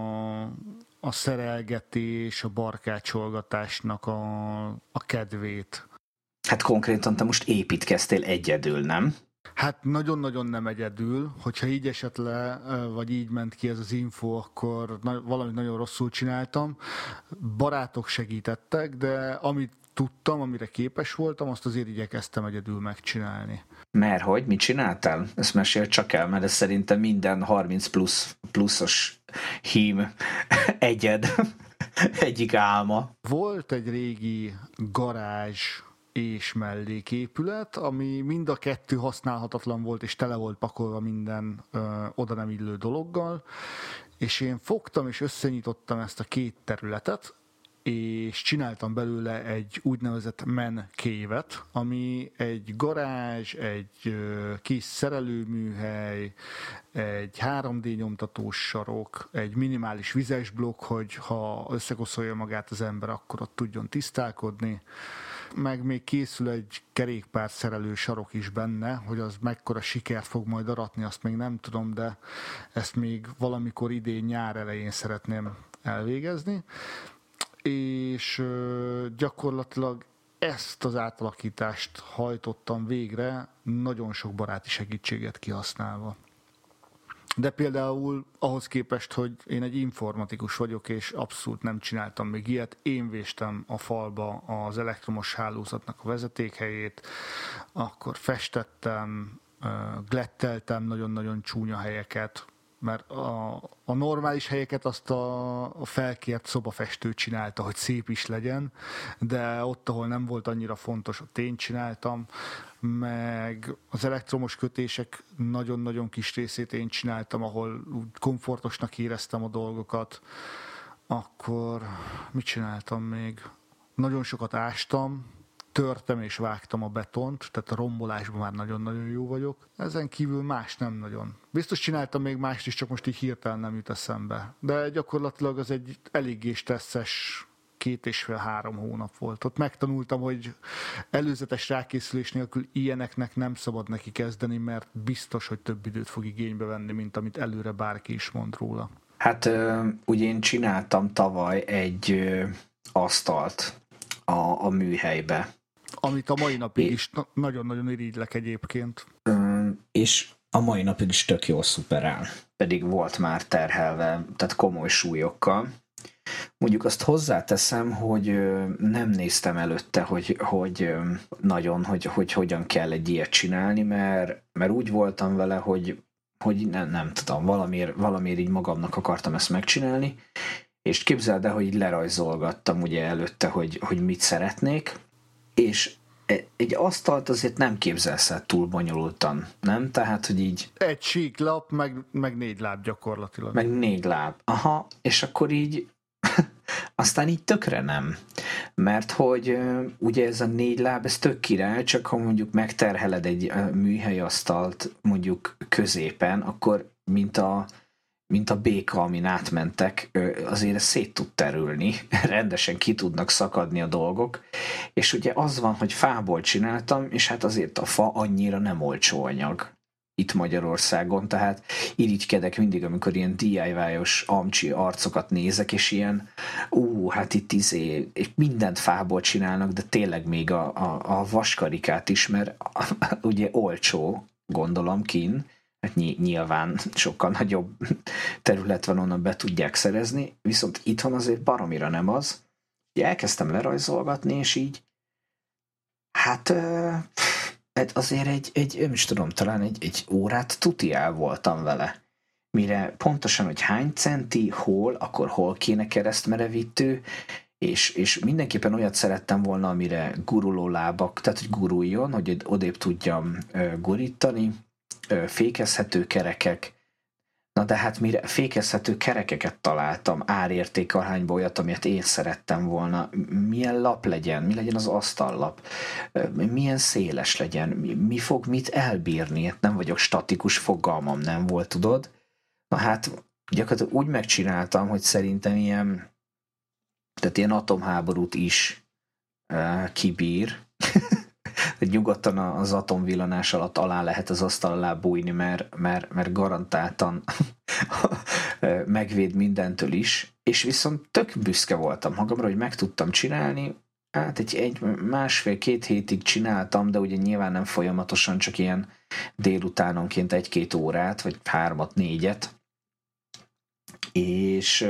a szerelgetés, a barkácsolgatásnak a kedvét. Hát konkrétan te most építkeztél egyedül, nem? Hát nagyon-nagyon nem egyedül, hogyha így esett le, vagy így ment ki ez az info, akkor valamit nagyon rosszul csináltam. Barátok segítettek, de amit tudtam, amire képes voltam, azt azért igyekeztem egyedül megcsinálni. Mert hogy? Mit csináltál? Ezt mesél csak el, mert ez szerintem minden 30 pluszos hím egyed egyik álma. Volt egy régi garázs és melléképület, ami mind a kettő használhatatlan volt, és tele volt pakolva minden oda nem illő dologgal, és én fogtam és összenyitottam ezt a két területet, és csináltam belőle egy úgynevezett man cave-et, ami egy garázs, egy kis szerelőműhely, egy 3D nyomtatós sarok, egy minimális vizes blokk, hogy ha összekoszolja magát az ember, akkor ott tudjon tisztálkodni. Meg még készül egy kerékpár szerelő sarok is benne, hogy az mekkora sikert fog majd aratni, azt még nem tudom, de ezt még valamikor idén nyár elején szeretném elvégezni. És gyakorlatilag ezt az átalakítást hajtottam végre, nagyon sok baráti segítséget kihasználva. De például ahhoz képest, hogy én egy informatikus vagyok, és abszolút nem csináltam még ilyet, én véstem a falba az elektromos hálózatnak a vezetékhelyét, akkor festettem, gletteltem nagyon-nagyon csúnya helyeket, mert a normális helyeket azt a felkért szobafestő csinálta, hogy szép is legyen, de ott, ahol nem volt annyira fontos, ott én csináltam, meg az elektromos kötések nagyon-nagyon kis részét én csináltam, ahol úgy komfortosnak éreztem a dolgokat. Akkor mit csináltam még? Nagyon sokat ástam, törtem és vágtam a betont, tehát a rombolásban már nagyon-nagyon jó vagyok. Ezen kívül más nem nagyon. Biztos csináltam még mást is, csak most így hirtelen nem jut eszembe. De gyakorlatilag az egy eléggé stresszes 2,5-3 hónap volt. Ott megtanultam, hogy előzetes rákészülés nélkül ilyeneknek nem szabad neki kezdeni, mert biztos, hogy több időt fog igénybe venni, mint amit előre bárki is mond róla. Hát ugye én csináltam tavaly egy asztalt a műhelybe. Amit a mai napig is nagyon-nagyon irigylek egyébként. És a mai napig is tök jól szuperál. Pedig volt már terhelve, tehát komoly súlyokkal. Mondjuk azt hozzáteszem, hogy nem néztem előtte, hogy hogyan kell egy ilyet csinálni, mert úgy voltam vele, hogy nem tudom, valamiért így magamnak akartam ezt megcsinálni, és képzeld el, hogy így lerajzolgattam ugye előtte, hogy mit szeretnék, és egy asztalt azért nem képzelsz el túl bonyolultan, nem? Tehát, hogy így... Egy sík lap, meg 4 láb gyakorlatilag. Meg 4 láb. Aha, és akkor így aztán így tökre nem. Mert hogy ugye ez a 4 láb, ez tök király, csak ha mondjuk megterheled egy műhelyasztalt mondjuk középen, akkor mint a béka, amin átmentek, azért szét tud terülni, rendesen ki tudnak szakadni a dolgok, és ugye az van, hogy fából csináltam, és hát azért a fa annyira nem olcsó anyag itt Magyarországon, tehát irigykedek mindig, amikor ilyen DIY-os amcsi arcokat nézek, és ilyen, hát itt és mindent fából csinálnak, de tényleg még a vaskarikát is, mert ugye olcsó, gondolom kín, hát nyilván sokkal nagyobb terület van, onnan be tudják szerezni, viszont itthon azért baromira nem az. Ugye elkezdtem lerajzolgatni, és így hát azért nem is tudom, talán egy órát tuti el voltam vele. Mire pontosan, hogy hány centi, akkor hol kéne keresztmerevítő, és mindenképpen olyat szerettem volna, amire guruló lábak, tehát hogy guruljon, hogy odébb tudjam gurítani, fékezhető kerekek. Na de hát mire fékezhető kerekeket találtam árértékarányba olyat, amit én szerettem volna, milyen lap legyen, mi legyen az asztallap, milyen széles legyen, mi fog mit elbírni, nem vagyok statikus, fogalmam nem volt, tudod. Na hát gyakorlatilag úgy megcsináltam, hogy szerintem ilyen atomháborút is kibír, hogy nyugodtan az atomvillanás alatt alá lehet az asztal alá bújni, mert garantáltan megvéd mindentől is, és viszont tök büszke voltam magamra, hogy meg tudtam csinálni, hát egy 1,5-2 hétig csináltam, de ugye nyilván nem folyamatosan, csak ilyen délutánonként 1-2 órát, vagy 3-4-et, és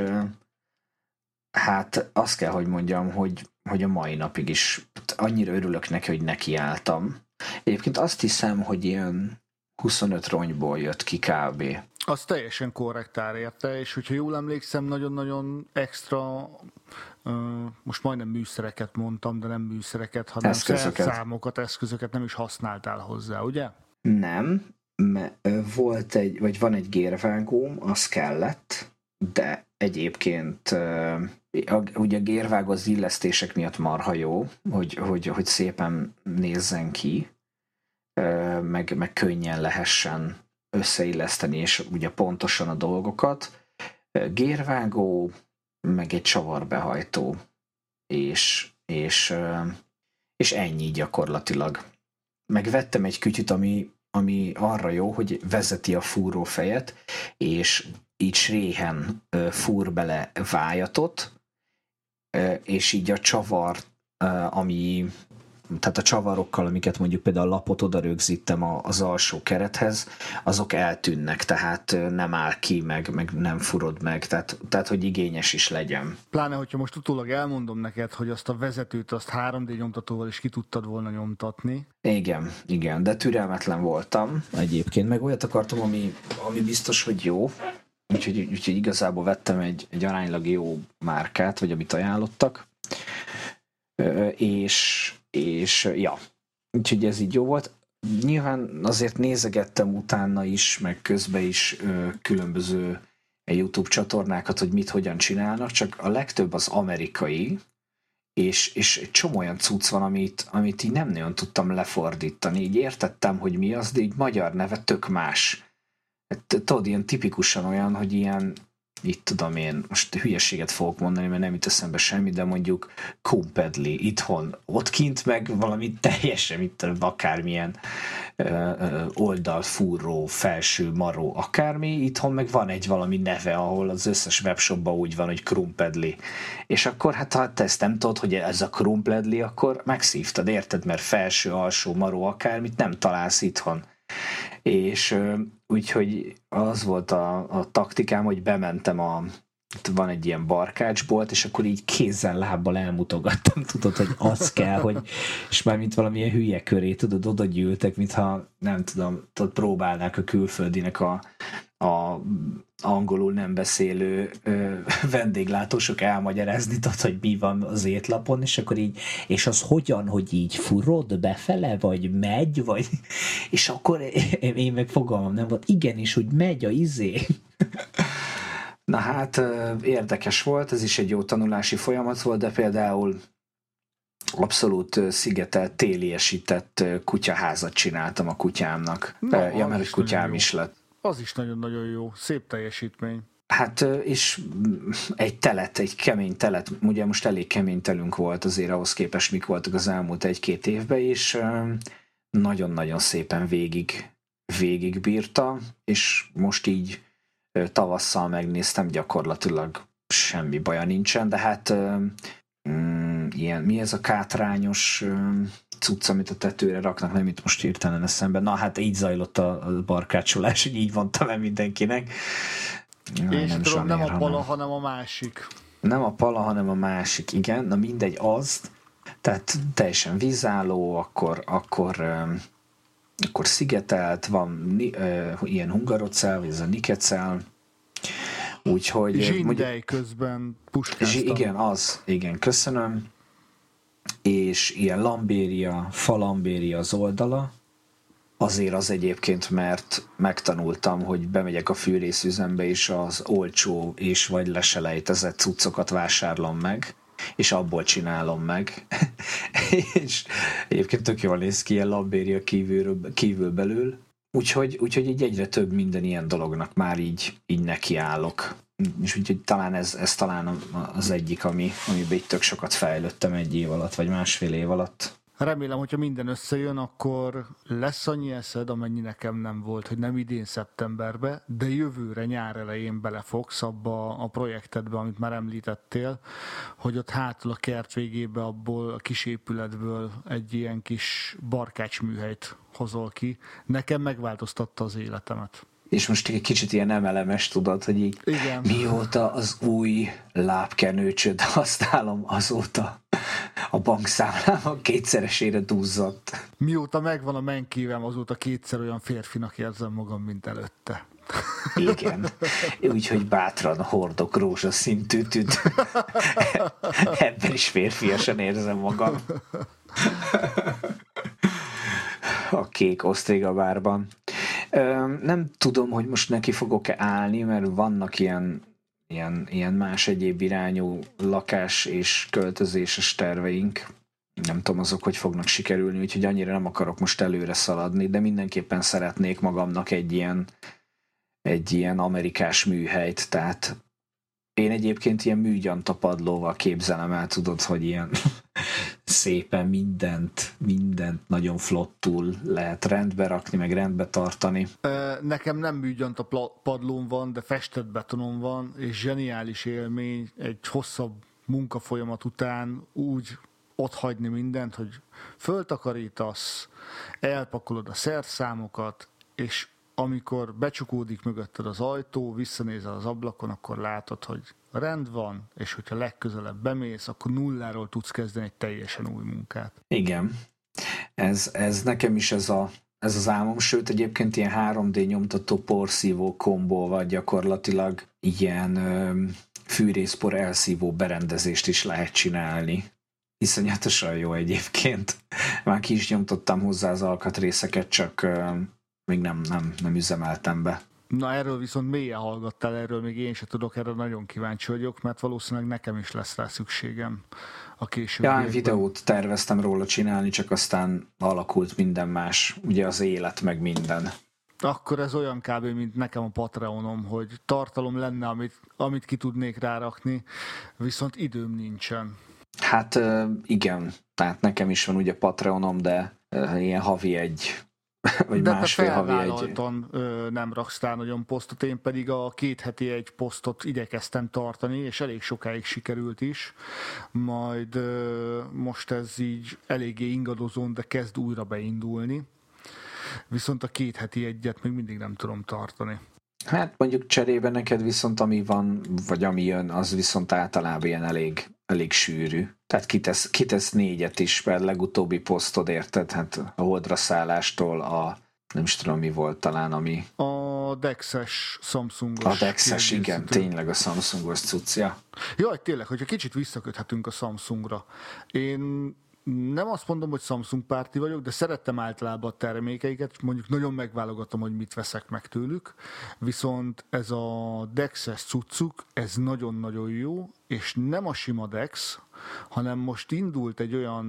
hát azt kell, hogy mondjam, hogy a mai napig is annyira örülök neki, hogy nekiálltam. Egyébként azt hiszem, hogy ilyen 25 rongyból jött ki kb. Az teljesen korrekt ár érte, és hogyha jól emlékszem, nagyon-nagyon extra, most majdnem műszereket mondtam, de nem műszereket, hanem szerszámokat, eszközöket nem is használtál hozzá, ugye? Nem, van egy gérvágóm, az kellett, de egyébként ugye a gérvág az illesztések miatt marha jó, hogy szépen nézzen ki, meg könnyen lehessen összeilleszteni, és ugye pontosan a dolgokat. Gérvágó, meg egy csavarbehajtó, és ennyi gyakorlatilag. Megvettem egy kütyüt, ami arra jó, hogy vezeti a fúrófejet, és így sréhen fúr bele vájatot, és így a csavar, tehát a csavarokkal, amiket mondjuk például a lapot oda rögzítem az alsó kerethez, azok eltűnnek, tehát nem áll ki, meg nem furod meg, tehát hogy igényes is legyen. Pláne, hogyha most utólag elmondom neked, hogy azt a vezetőt, azt 3D nyomtatóval is ki tudtad volna nyomtatni. Igen, de türelmetlen voltam egyébként, meg olyat akartam, ami biztos, hogy jó, úgyhogy igazából vettem egy aránylag jó márkát, vagy amit ajánlottak, és ja, úgyhogy ez így jó volt. Nyilván azért nézegettem utána is, meg közben is különböző YouTube csatornákat, hogy hogyan csinálnak, csak a legtöbb az amerikai, és egy csomó olyan cucc van, amit így nem nagyon tudtam lefordítani. Így értettem, hogy mi az, de így magyar neve tök más. Tudod, ilyen tipikusan olyan, hogy ilyen, itt tudom én, most hülyeséget fogok mondani, mert nem jut eszembe semmi, de mondjuk Kumpedli itthon, ott kint meg valami teljesen, itt akármilyen oldalfúró, felső maró, akármi, itthon meg van egy valami neve, ahol az összes webshopban úgy van, hogy Krumpedli. És akkor hát ha te ezt nem tudod, hogy ez a Krumpedli, akkor megszívtad, érted? Mert felső, alsó, maró, akármit nem találsz itthon. És úgyhogy az volt a taktikám, hogy bementem van egy ilyen barkácsbolt, és akkor így kézzel, lábbal elmutogattam, tudod, hogy az kell, hogy, és már mint valamilyen hülye köré, tudod, oda gyűltek, mintha, nem tudom, tudod, próbálnák a külföldinek a angolul nem beszélő vendéglátósok elmagyarázni, tudod, hogy mi van az étlapon, és akkor így, és az hogyan, hogy így furod befele, vagy megy, vagy, és akkor én meg fogalmam nem volt, igenis, hogy megy a izé. Na hát érdekes volt, ez is egy jó tanulási folyamat volt, de például abszolút szigetelt, téliesített kutyaházat csináltam a kutyámnak. Ja, mert egy kutyám is lett. Az is nagyon-nagyon jó, szép teljesítmény. Hát, és egy kemény telet, ugye most elég kemény telünk volt azért ahhoz képest, mik voltak az elmúlt 1-2 évben, és nagyon-nagyon szépen végig bírta, és most így tavasszal megnéztem, gyakorlatilag semmi baja nincsen, de hát ilyen, mi ez a kátrányos cucc, amit a tetőre raknak, nem itt most hirtelen eszembe. Na hát így zajlott a barkácsolás, hogy így mondtam el mindenkinek. És nem tudom, nem a pala, hanem a másik. Nem a pala, hanem a másik, igen. Na mindegy, az, tehát teljesen vízálló, akkor szigetelt, van ilyen hungarocell, vagy ez a nikecell, úgyhogy... Zsindej közben puskáztam. Igen, köszönöm. És ilyen lambéria, falambéria az oldala. Azért az egyébként, mert megtanultam, hogy bemegyek a fűrészüzembe, és az olcsó és vagy leselejtezett cuccokat vásárlom meg, és abból csinálom meg. És egyébként tök jól néz ki ilyen lambéria kívül belül. Úgyhogy így egyre több minden ilyen dolognak már így nekiállok. És úgyhogy talán ez talán az egyik, amiben így tök sokat fejlődtem 1 év alatt, vagy 1,5 év alatt. Remélem, hogyha minden összejön, akkor lesz annyi eszed, amennyi nekem nem volt, hogy nem idén szeptemberbe, de jövőre nyár elején belefogsz abba a projektedbe, amit már említettél, hogy ott hátul a kert végébe abból a kis épületből egy ilyen kis barkácsműhelyt hozol ki. Nekem megváltoztatta az életemet. És most egy kicsit ilyen emelemes, tudod, hogy így igen. Mióta az új lábkenőcsöt használom, azóta a bankszámlám 2-szeresére duzzadt. Mióta megvan a menkívem, azóta 2-szer olyan férfinak érzem magam, mint előtte. Igen. Úgyhogy bátran hordok rózsaszín tütüt. Ebben is férfiasan érzem magam. A kék osztréga bárban. Nem tudom, hogy most neki fogok-e állni, mert vannak ilyen más egyéb irányú lakás és költözéses terveink. Nem tudom, azok hogy fognak sikerülni, úgyhogy annyira nem akarok most előre szaladni, de mindenképpen szeretnék magamnak egy ilyen amerikás műhelyt, tehát én egyébként ilyen műgyantapadlóval képzelem el, tudod, hogy ilyen szépen mindent nagyon flottul lehet rendbe rakni, meg rendbe tartani. Nekem nem műgyantapadlóm van, de festett betonom van, és zseniális élmény egy hosszabb munkafolyamat után úgy otthagyni mindent, hogy föltakarítasz, elpakolod a szerszámokat, és amikor becsukódik mögötted az ajtó, visszanézel az ablakon, akkor látod, hogy rend van, és hogyha legközelebb bemész, akkor nulláról tudsz kezdeni egy teljesen új munkát. Igen. Ez nekem is ez ez az álmom, sőt egyébként ilyen 3D nyomtató porszívó kombóval gyakorlatilag ilyen fűrészpor elszívó berendezést is lehet csinálni. Iszonyatosan jó egyébként. Már ki is nyomtottam hozzá az alkatrészeket, csak még nem üzemeltem be. Na erről viszont mélyen hallgattál, erről még én sem tudok, erre nagyon kíváncsi vagyok, mert valószínűleg nekem is lesz rá szükségem a későbbiekben. Ja, videót terveztem róla csinálni, csak aztán alakult minden más, ugye az élet meg minden. Akkor ez olyan kb. Mint nekem a Patreonom, hogy tartalom lenne, amit ki tudnék rárakni, viszont időm nincsen. Hát igen, tehát nekem is van ugye Patreonom, de ilyen havi egy, vagy de másfél havi egy. De te felvállaltan nem raksz rá nagyon posztot, én pedig a 2 heti egy posztot igyekeztem tartani, és elég sokáig sikerült is. Majd most ez így eléggé ingadozón, de kezd újra beindulni. Viszont a 2 heti egyet még mindig nem tudom tartani. Hát mondjuk cserébe neked viszont ami van, vagy ami jön, az viszont általában ilyen elég sűrű. Tehát kitesz 4 is, mert legutóbbi posztod, érted? Hát a holdra szállástól nem is tudom mi volt talán, ami... A Dex-es Samsungos. A Dex-es, igen, tényleg a Samsungos cuccia. Jaj, tényleg, hogyha kicsit visszaköthetünk a Samsungra. Én nem azt mondom, hogy Samsung párti vagyok, de szerettem általában a termékeiket, mondjuk nagyon megválogatom, hogy mit veszek meg tőlük, viszont ez a Dex-es cuccuk, ez nagyon-nagyon jó, és nem a sima Dex, hanem most indult egy olyan,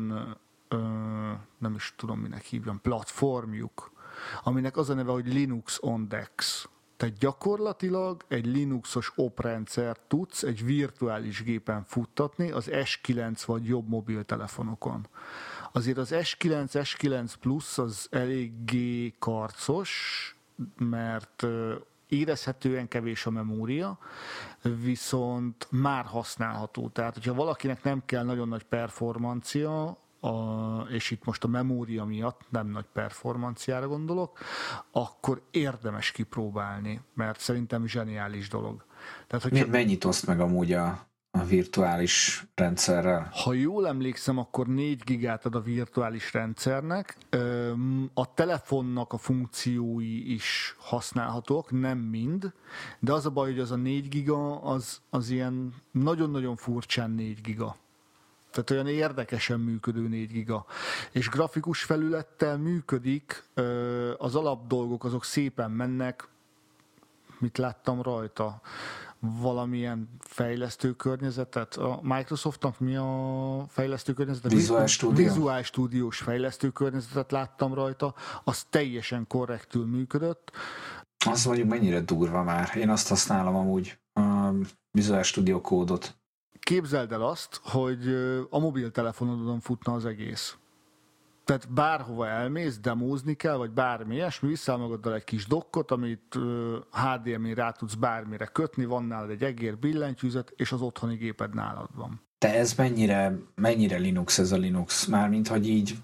nem is tudom minek hívjam, platformjuk, aminek az a neve, hogy Linux on Dex. Tehát gyakorlatilag egy Linuxos oprendszert tudsz egy virtuális gépen futtatni az S9 vagy jobb mobiltelefonokon. Azért az S9, S9 Plus az eléggé karcos, mert érezhetően kevés a memória, viszont már használható. Tehát, hogyha valakinek nem kell nagyon nagy performancia, és itt most a memória miatt nem nagy performanciára gondolok, akkor érdemes kipróbálni, mert szerintem zseniális dolog. Tehát, mennyit oszt meg amúgy a virtuális rendszerrel? Ha jól emlékszem, akkor 4 gigát ad a virtuális rendszernek. A telefonnak a funkciói is használhatók, nem mind, de az a baj, hogy az a 4 giga az ilyen nagyon-nagyon furcsán 4 giga. Tehát olyan érdekesen működő 4 giga. És grafikus felülettel működik, az alapdolgok azok szépen mennek, mit láttam rajta? Valamilyen fejlesztő környezetet. A Microsoftnak mi a fejlesztő környezetet? Visual Studio. Visual Studiós fejlesztő környezetet láttam rajta, az teljesen korrektül működött. Az mondjuk mennyire durva már. Én azt használom amúgy, a Visual Studio kódot. Képzeld el azt, hogy a mobiltelefonodon futna az egész. Tehát bárhova elmész, demózni kell, vagy bármi ilyesmi, viszel magaddal egy kis dokkot, amit HDMI rá tudsz bármire kötni, van nálad egy egér billentyűzet, és az otthoni géped nálad van. De ez mennyire Linux ez a Linux? Mármint, hogy így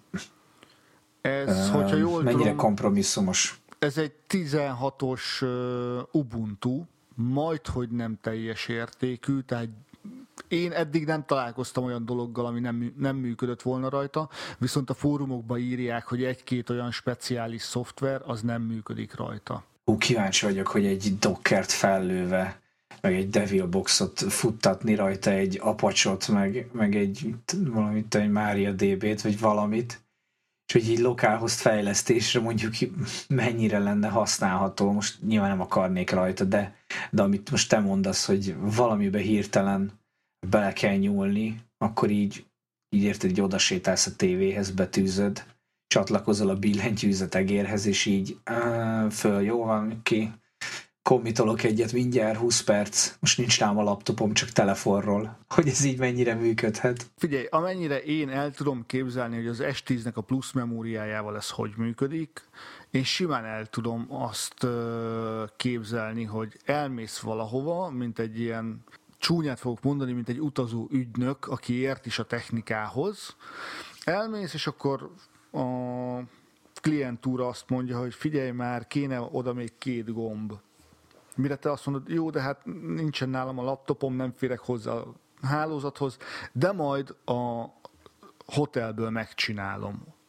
ez, hogyha jól mennyire tudom, kompromisszumos? Ez egy 16-os Ubuntu, majdhogy nem teljes értékű, tehát én eddig nem találkoztam olyan dologgal, ami nem működött volna rajta, viszont a fórumokban írják, hogy 1-2 olyan speciális szoftver, az nem működik rajta. Kíváncsi vagyok, hogy egy Dockert fellőve, meg egy Devilboxot futtatni rajta, egy Apache-ot, meg egy MariaDB-t, vagy valamit, és hogy így lokálhost fejlesztésre mondjuk mennyire lenne használható. Most nyilván nem akarnék rajta, de amit most te mondasz, hogy valamibe hirtelen bele kell nyúlni, akkor így érted, hogy odasétálsz a tévéhez, betűzöd, csatlakozol a billentyűzet egérhez, és így jó van, kommitolok egyet mindjárt 20 perc, most nincs rám a laptopom, csak telefonról, hogy ez így mennyire működhet. Figyelj, amennyire én el tudom képzelni, hogy az S10-nek a plusz memóriájával ez hogy működik, én simán el tudom azt képzelni, hogy elmész valahova, mint egy ilyen, csúnyát fogok mondani, mint egy utazó ügynök, aki ért is a technikához. Elmész, és akkor a klientúra azt mondja, hogy figyelj már, kéne oda még 2 gomb. Mire te azt mondod, jó, de hát nincsen nálam a laptopom, nem férek hozzá a hálózathoz, de majd a hotelből megcsinálom.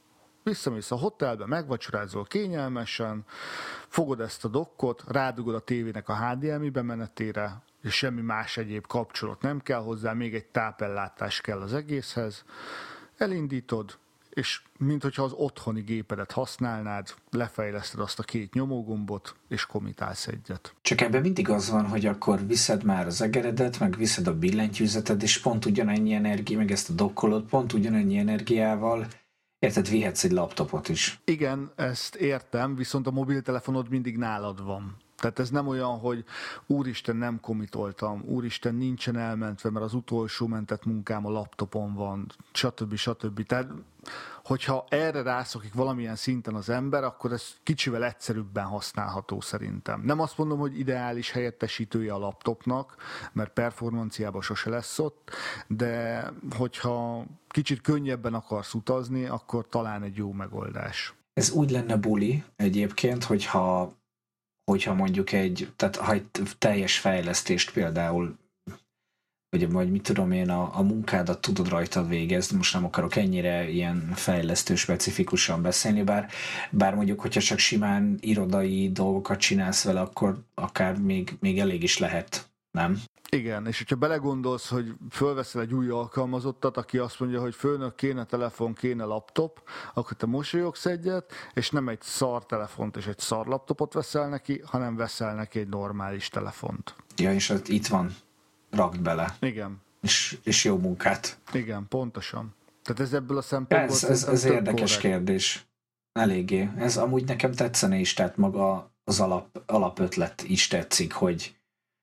Visszamész a hotelbe, megvacsorázol kényelmesen, fogod ezt a dokkot, rádugod a tévének a HDMI bemenetére, és semmi más egyéb kapcsolat nem kell hozzá, még egy tápellátás kell az egészhez, elindítod, és minthogyha az otthoni gépedet használnád, lefejleszted azt a 2 nyomógombot, és kommitálsz egyet. Csak ebben mindig az van, hogy akkor viszed már az egeredet, meg viszed a billentyűzeted, és pont ugyanennyi energia, meg ezt a dokkolod, pont ugyanennyi energiával, érted, vihetsz egy laptopot is. Igen, ezt értem, viszont a mobiltelefonod mindig nálad van. Tehát ez nem olyan, hogy úristen, nem komitoltam, úristen, nincsen elmentve, mert az utolsó mentett munkám a laptopon van, stb. Tehát, hogyha erre rászokik valamilyen szinten az ember, akkor ez kicsivel egyszerűbben használható szerintem. Nem azt mondom, hogy ideális helyettesítője a laptopnak, mert performanciában sose lesz ott, de hogyha kicsit könnyebben akarsz utazni, akkor talán egy jó megoldás. Ez úgy lenne buli egyébként, hogyha mondjuk tehát ha egy teljes fejlesztést például, vagy mit tudom én, a munkádat tudod rajta végezni, most nem akarok ennyire ilyen fejlesztő specifikusan beszélni, bár mondjuk, hogyha csak simán irodai dolgokat csinálsz vele, akkor akár még elég is lehet, nem? Igen, és hogyha belegondolsz, hogy fölveszel egy új alkalmazottat, aki azt mondja, hogy főnök, kéne telefon, kéne laptop, akkor te mosolyogsz egyet, és nem egy szar telefont és egy szar laptopot veszel neki, hanem veszel neki egy normális telefont. Ja, és itt van, rakd bele. Igen. És jó munkát. Igen, pontosan. Tehát ez ebből a szempontból... Ez érdekes kérdés. Eléggé. Ez amúgy nekem tetszene is, tehát maga az alapötlet is tetszik, hogy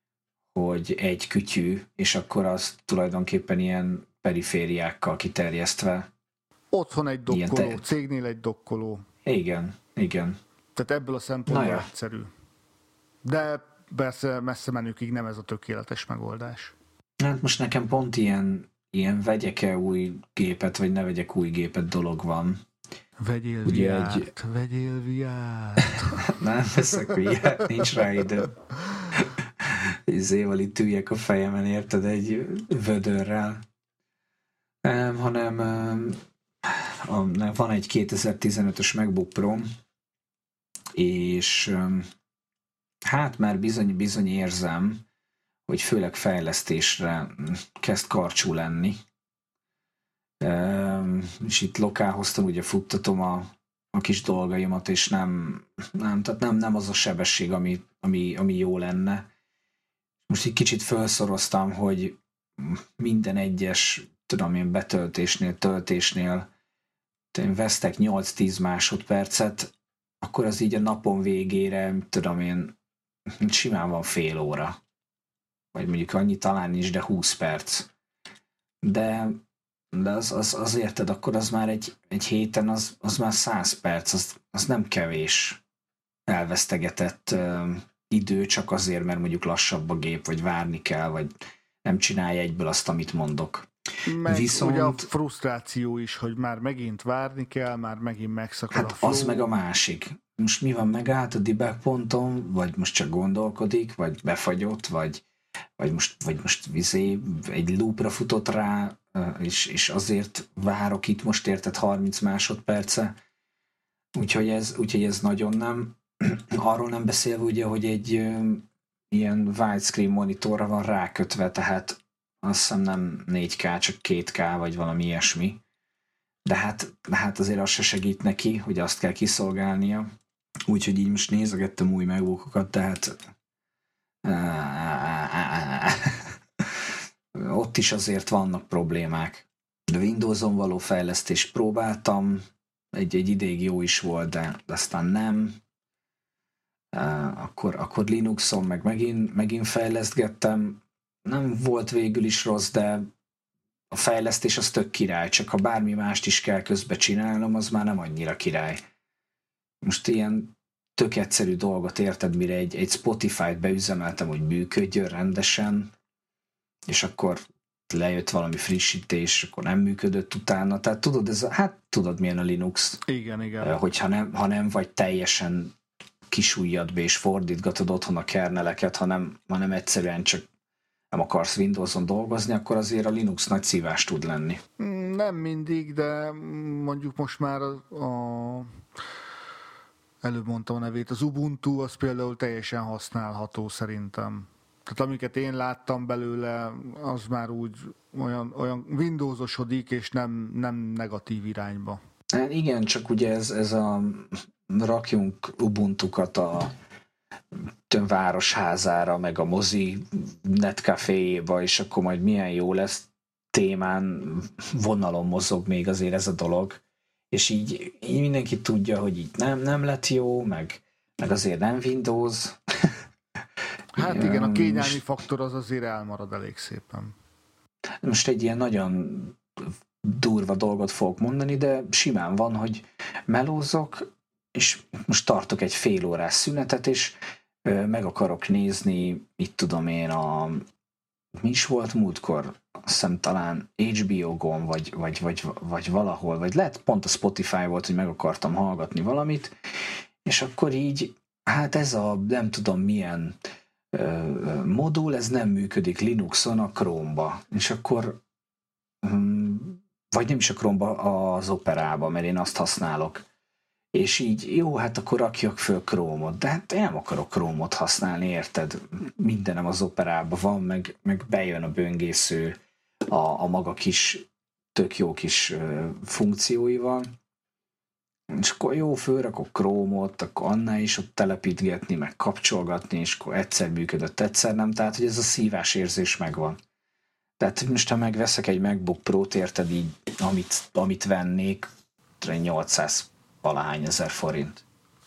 egy kütyű, és akkor az tulajdonképpen ilyen perifériákkal kiterjesztve. Otthon egy dokkoló, cégnél egy dokkoló. Igen. Tehát ebből a szempontból egyszerű. De persze messze menőkig nem ez a tökéletes megoldás. Hát most nekem pont ilyen vegyek-e új gépet, vagy ne vegyek új gépet dolog van. Vegyél VR-t. Nem veszek VR-t, nincs rá idő. Zéval itt üljek a fejemen, érted, egy vödörrel. Hanem van egy 2015-ös MacBook Pro, és hát már bizony érzem, hogy főleg fejlesztésre kezd karcsú lenni. És itt lokál hoztam, ugye futtatom a kis dolgaimat, és tehát nem az a sebesség, ami jó lenne. Most egy kicsit felszoroztam, hogy minden egyes, tudom én, betöltésnél, töltésnél én vesztek 8-10 másodpercet, akkor az így a napon végére, tudom én, simán van fél óra. Vagy mondjuk annyi talán is, de 20 perc. De az érted, akkor az már egy héten, az már 100 perc, az nem kevés elvesztegetett idő, csak azért, mert mondjuk lassabb a gép, vagy várni kell, vagy nem csinálja egyből azt, amit mondok. Meg ugye a frusztráció is, hogy már megint várni kell, már megint megszakad a flow. Az meg a másik. Most mi van, megállt a debug ponton, vagy most csak gondolkodik, vagy befagyott, vagy most egy loopra futott rá, és azért várok itt most, érted, 30 másodperce. Úgyhogy ez nagyon nem. Arról nem beszélve ugye, hogy egy ilyen widescreen monitorra van rákötve, tehát azt hiszem nem 4K, csak 2K, vagy valami ilyesmi. De hát azért az se segít neki, hogy azt kell kiszolgálnia. Úgyhogy így most nézegettem új MacBookokat, tehát ott is azért vannak problémák. De Windowson való fejlesztést próbáltam, egy ideig jó is volt, de aztán nem. Akkor Linuxon meg megint fejlesztgettem. Nem volt végül is rossz, de a fejlesztés az tök király, csak ha bármi mást is kell közbe csinálnom, az már nem annyira király. Most ilyen tök egyszerű dolgot érted, mire egy Spotify-t beüzemeltem, hogy működjön rendesen, és akkor lejött valami frissítés, akkor nem működött utána. Tehát tudod milyen a Linux. Igen. Ha nem vagy teljesen kisújjad be és fordítgatod otthon a kerneleket, hanem egyszerűen csak nem akarsz Windowson dolgozni, akkor azért a Linux nagy szívás tud lenni. Nem mindig, de mondjuk most már előbb mondtam a nevét, az Ubuntu az például teljesen használható szerintem. Tehát amiket én láttam belőle, az már úgy olyan Windowsosodik, és nem negatív irányba. Hát igen, csak ugye ez a rakjunk Ubuntukat a városházára, meg a mozi netcaféjéba, és akkor majd milyen jó lesz, témán vonalon mozog még azért ez a dolog. És így mindenki tudja, hogy így nem lett jó, meg azért nem Windows. Hát igen, a kényelmi faktor az azért elmarad elég szépen. Most egy ilyen nagyon durva dolgot fogok mondani, de simán van, hogy melózok, és most tartok egy fél órás szünetet, és meg akarok nézni, itt tudom én, mi is volt múltkor? Azt hiszem talán HBO-gon, vagy valahol, vagy lehet pont a Spotify volt, hogy meg akartam hallgatni valamit, és akkor így, hát ez a nem tudom milyen modul, ez nem működik Linuxon a Chrome-ba, és akkor vagy nem is a Chrome-ba, az Opera-ba, mert én azt használok. És így, jó, hát akkor rakjak föl Chrome-ot, de hát én nem akarok Chrome-ot használni, érted? Mindenem az Operában van, meg bejön a böngésző a maga kis, tök jó kis funkcióival. És akkor jó, fölrakok Chrome-ot, akkor annál is ott telepítgetni, meg kapcsolgatni, és akkor egyszer működött, egyszer nem, tehát hogy ez a szívás érzés megvan. Tehát most ha megveszek egy MacBook Pro-t, érted így, amit vennék, 800 valahány ezer forint.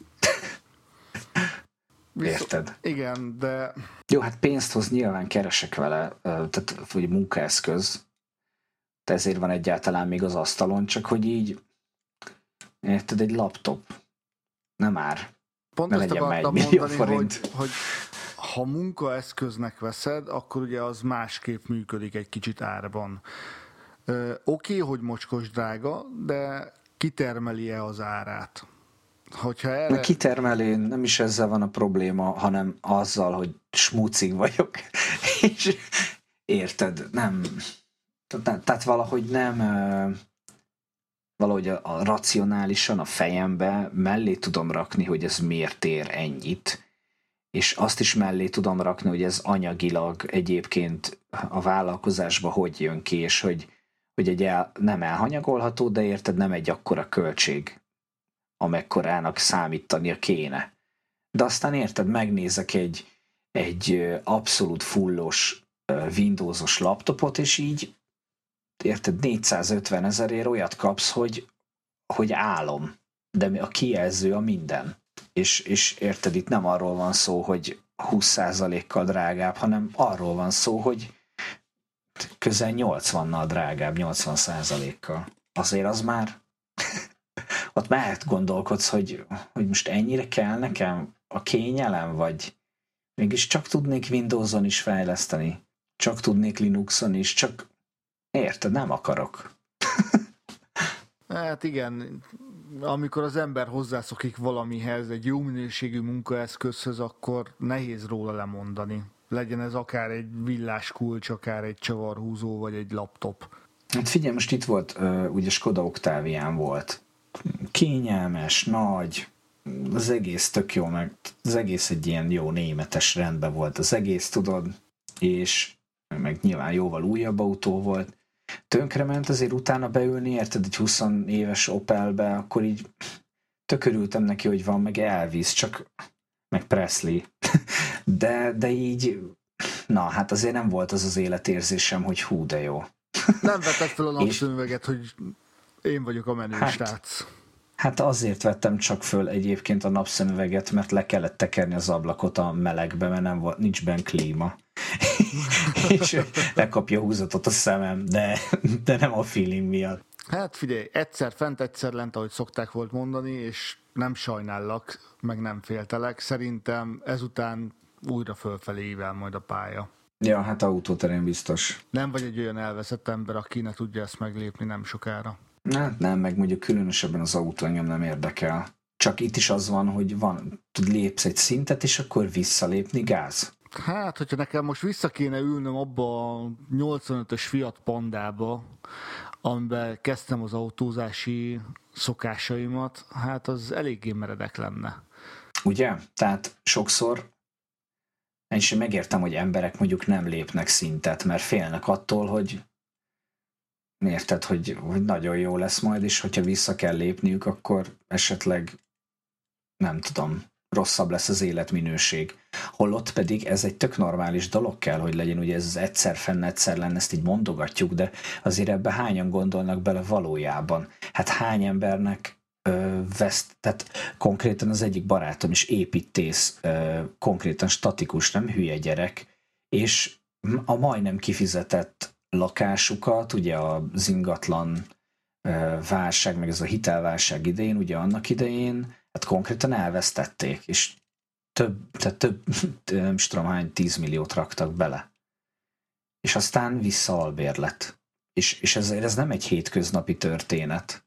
Érted? Igen, de... Jó, hát pénzt hoz nyilván keresek vele, tehát hogy munkaeszköz, ezért van egyáltalán még az asztalon, csak hogy így, érted, egy laptop, nem ár. Pont ne ezt legyen már akartam 1 millió mondani, forint. hogy ha munkaeszköznek veszed, akkor ugye az másképp működik egy kicsit árban. Oké, hogy mocskos drága, de kitermeli-e az árát? Hogyha erre... Kitermelő, nem is ezzel van a probléma, hanem azzal, hogy smucig vagyok. És érted, nem... Tehát valahogy nem... Valahogy a racionálisan a fejembe mellé tudom rakni, hogy ez miért ér ennyit. És azt is mellé tudom rakni, hogy ez anyagilag egyébként a vállalkozásba hogy jön ki, és hogy nem elhanyagolható, de érted, nem egy akkora költség, amekkorának számítania kéne. De aztán érted, megnézek egy abszolút fullos Windowsos laptopot, és így érted, 450 000 olyat kapsz, hogy álom, de a kijelző a minden. És érted, itt nem arról van szó, hogy 20%-kal drágább, hanem arról van szó, hogy közel 80-nal drágább, 80%-kal. Azért az már ott már gondolkodsz, hogy most ennyire kell nekem a kényelem, vagy mégis csak tudnék Windowson is fejleszteni, csak tudnék Linuxon is, csak érted, nem akarok. Hát igen, amikor az ember hozzászokik valamihez, egy jó minőségű munkaeszközhöz, akkor nehéz róla lemondani. Legyen ez akár egy villáskulcs, akár egy csavarhúzó, vagy egy laptop. Hát figyelj, most itt volt, ugye Skoda Octavian volt. Kényelmes, nagy, az egész tök jó, meg az egész egy ilyen jó németes rendben volt az egész, tudod, és meg nyilván jóval újabb autó volt. Tönkrement azért utána beülni, érted, egy 20 éves Opelbe, akkor így tök örültem neki, hogy van, meg Elvis, csak meg Presley. De így, na, hát azért nem volt az életérzésem, hogy hú, de jó. Nem vetted fel a napszemüveget, hogy én vagyok a menő srác. Hát azért vettem csak föl egyébként a napszemüveget, mert le kellett tekerni az ablakot a melegbe, mert nincs benne klíma. És lekapja húzatot a szemem, de nem a feeling miatt. Hát figyelj, egyszer fent, egyszer lent, ahogy szokták volt mondani, és nem sajnállak, meg nem féltelek. Szerintem ezután újra fölfelé ível majd a pálya. Ja, hát autóterén biztos. Nem vagy egy olyan elveszett ember, aki ne tudja ezt meglépni nem sokára. Hát nem, meg mondjuk különösebben az autó engem nem érdekel. Csak itt is az van, hogy lépsz egy szintet, és akkor visszalépni gáz. Hát, hogyha nekem most vissza kéne ülnöm abba a 85-ös Fiat Pandába, amiben kezdtem az autózási szokásaimat, hát az eléggé meredek lenne. Ugye? Tehát sokszor én is megértem, hogy emberek mondjuk nem lépnek szintet, mert félnek attól, hogy érted, hogy nagyon jó lesz majd, és hogyha vissza kell lépniük, akkor esetleg nem tudom, rosszabb lesz az életminőség. Holott pedig ez egy tök normális dolog kell, hogy legyen, ugye ez egyszer fenn, egyszer lenne, ezt így mondogatjuk, de azért ebbe hányan gondolnak bele valójában? Hát hány embernek tehát konkrétan az egyik barátom is építész, konkrétan statikus, nem hülye gyerek, és a majdnem kifizetett lakásukat, ugye az ingatlan válság, meg ez a hitelválság idején, ugye annak idején, hát konkrétan elvesztették, és több nem is tudom hány 10 milliót raktak bele. És aztán vissza albérlet. És ez nem egy hétköznapi történet.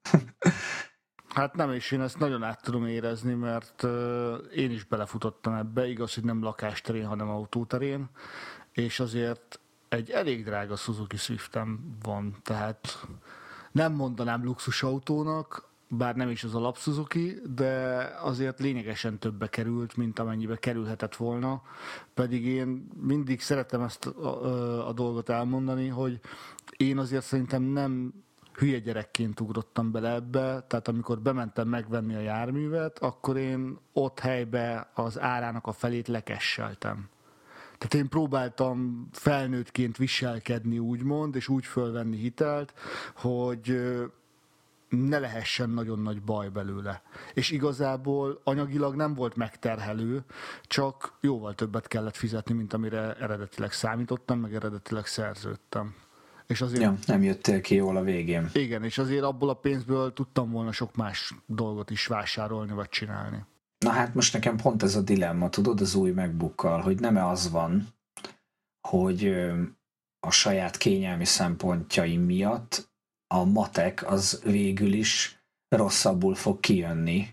Hát nem, és én ezt nagyon át tudom érezni, mert én is belefutottam ebbe, igaz, hogy nem lakásterén, hanem autóterén, és azért egy elég drága Suzuki Swiftem van, tehát nem mondanám luxusautónak, bár nem is az alap Suzuki, de azért lényegesen többbe került, mint amennyibe kerülhetett volna, pedig én mindig szeretem ezt a dolgot elmondani, hogy én azért szerintem nem hülye gyerekként ugrottam bele ebbe, tehát amikor bementem megvenni a járművet, akkor én ott helybe az árának a felét lekesseltem. Tehát én próbáltam felnőttként viselkedni úgymond, és úgy fölvenni hitelt, hogy ne lehessen nagyon nagy baj belőle. És igazából anyagilag nem volt megterhelő, csak jóval többet kellett fizetni, mint amire eredetileg számítottam, meg eredetileg szerződtem. És azért, ja, nem jöttél ki jól a végén. Igen, és azért abból a pénzből tudtam volna sok más dolgot is vásárolni, vagy csinálni. Na hát most nekem pont ez a dilemma, tudod, az új MacBookkal, hogy nem az van, hogy a saját kényelmi szempontjaim miatt a matek az végül is rosszabbul fog kijönni,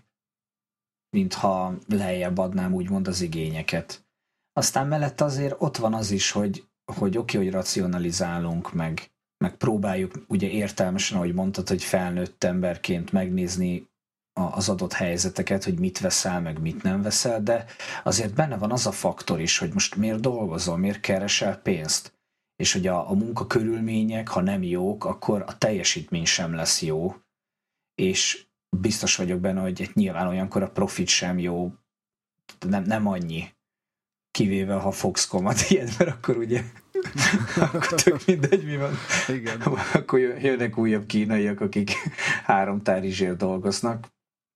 mintha lejjebb adnám úgymond az igényeket. Aztán mellett azért ott van az is, hogy oké, hogy racionalizálunk, meg próbáljuk ugye értelmesen, ahogy mondtad, hogy felnőtt emberként megnézni az adott helyzeteket, hogy mit veszel, meg mit nem veszel, de azért benne van az a faktor is, hogy most miért dolgozol, miért keresel pénzt, és hogy a munkakörülmények, ha nem jók, akkor a teljesítmény sem lesz jó, és biztos vagyok benne, hogy nyilván olyankor a profit sem jó, nem annyi, kivéve ha Foxconn-at ilyet, mert akkor ugye akkor tök mindegy, mi van. Igen. Akkor jönnek újabb kínaiak, akik 3 tárizsért dolgoznak.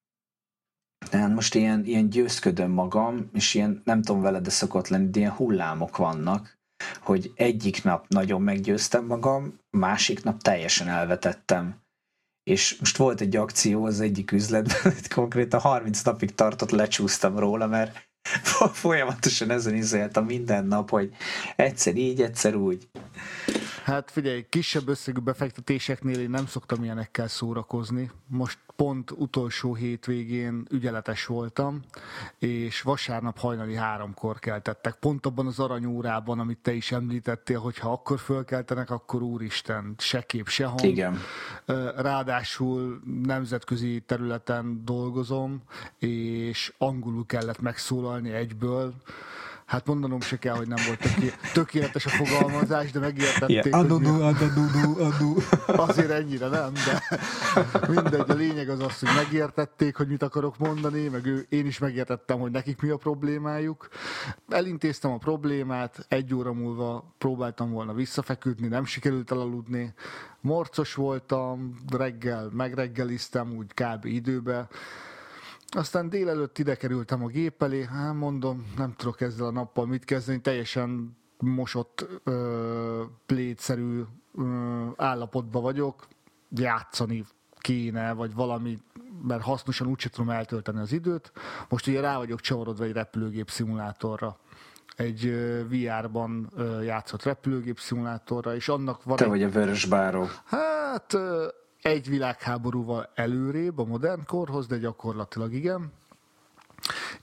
Tehát most ilyen győzködöm magam, és ilyen, nem tudom veled, de szokott lenni, de ilyen hullámok vannak, hogy egyik nap nagyon meggyőztem magam, másik nap teljesen elvetettem. És most volt egy akció az egyik üzletben, konkrétan 30 napig tartott, lecsúsztam róla, mert folyamatosan ezen izéltem minden nap, hogy egyszer így, egyszer úgy. Hát figyelj, kisebb összegű befektetéseknél én nem szoktam ilyenekkel szórakozni. Most pont utolsó hétvégén ügyeletes voltam, és vasárnap hajnali 3-kor keltettek. Pont abban az aranyórában, amit te is említettél, hogy ha akkor fölkeltenek, akkor úristen, se kép, se hang. Igen. Ráadásul nemzetközi területen dolgozom, és angolul kellett megszólalni egyből. Hát mondanom se kell, hogy nem volt tökéletes a fogalmazás, de megértették, hogy azért ennyire nem, de mindegy, a lényeg az az, hogy megértették, hogy mit akarok mondani, meg én is megértettem, hogy nekik mi a problémájuk. Elintéztem a problémát, 1 óra múlva próbáltam volna visszafeküdni, nem sikerült elaludni. Morcos voltam, reggel megreggeliztem, úgy kb. Időbe. Aztán délelőtt ide kerültem a gép elé, mondom, nem tudok ezzel a nappal mit kezdeni, teljesen mosott plétszerű állapotban vagyok, játszani kéne, vagy valami, mert hasznosan úgyse tudom eltölteni az időt. Most ugye rá vagyok csavarodva egy repülőgép szimulátorra, egy VR-ban játszott repülőgép szimulátorra, és annak van... Te vagy a vörös báró. Hát... egy világháborúval előrébb a modern korhoz, de gyakorlatilag igen.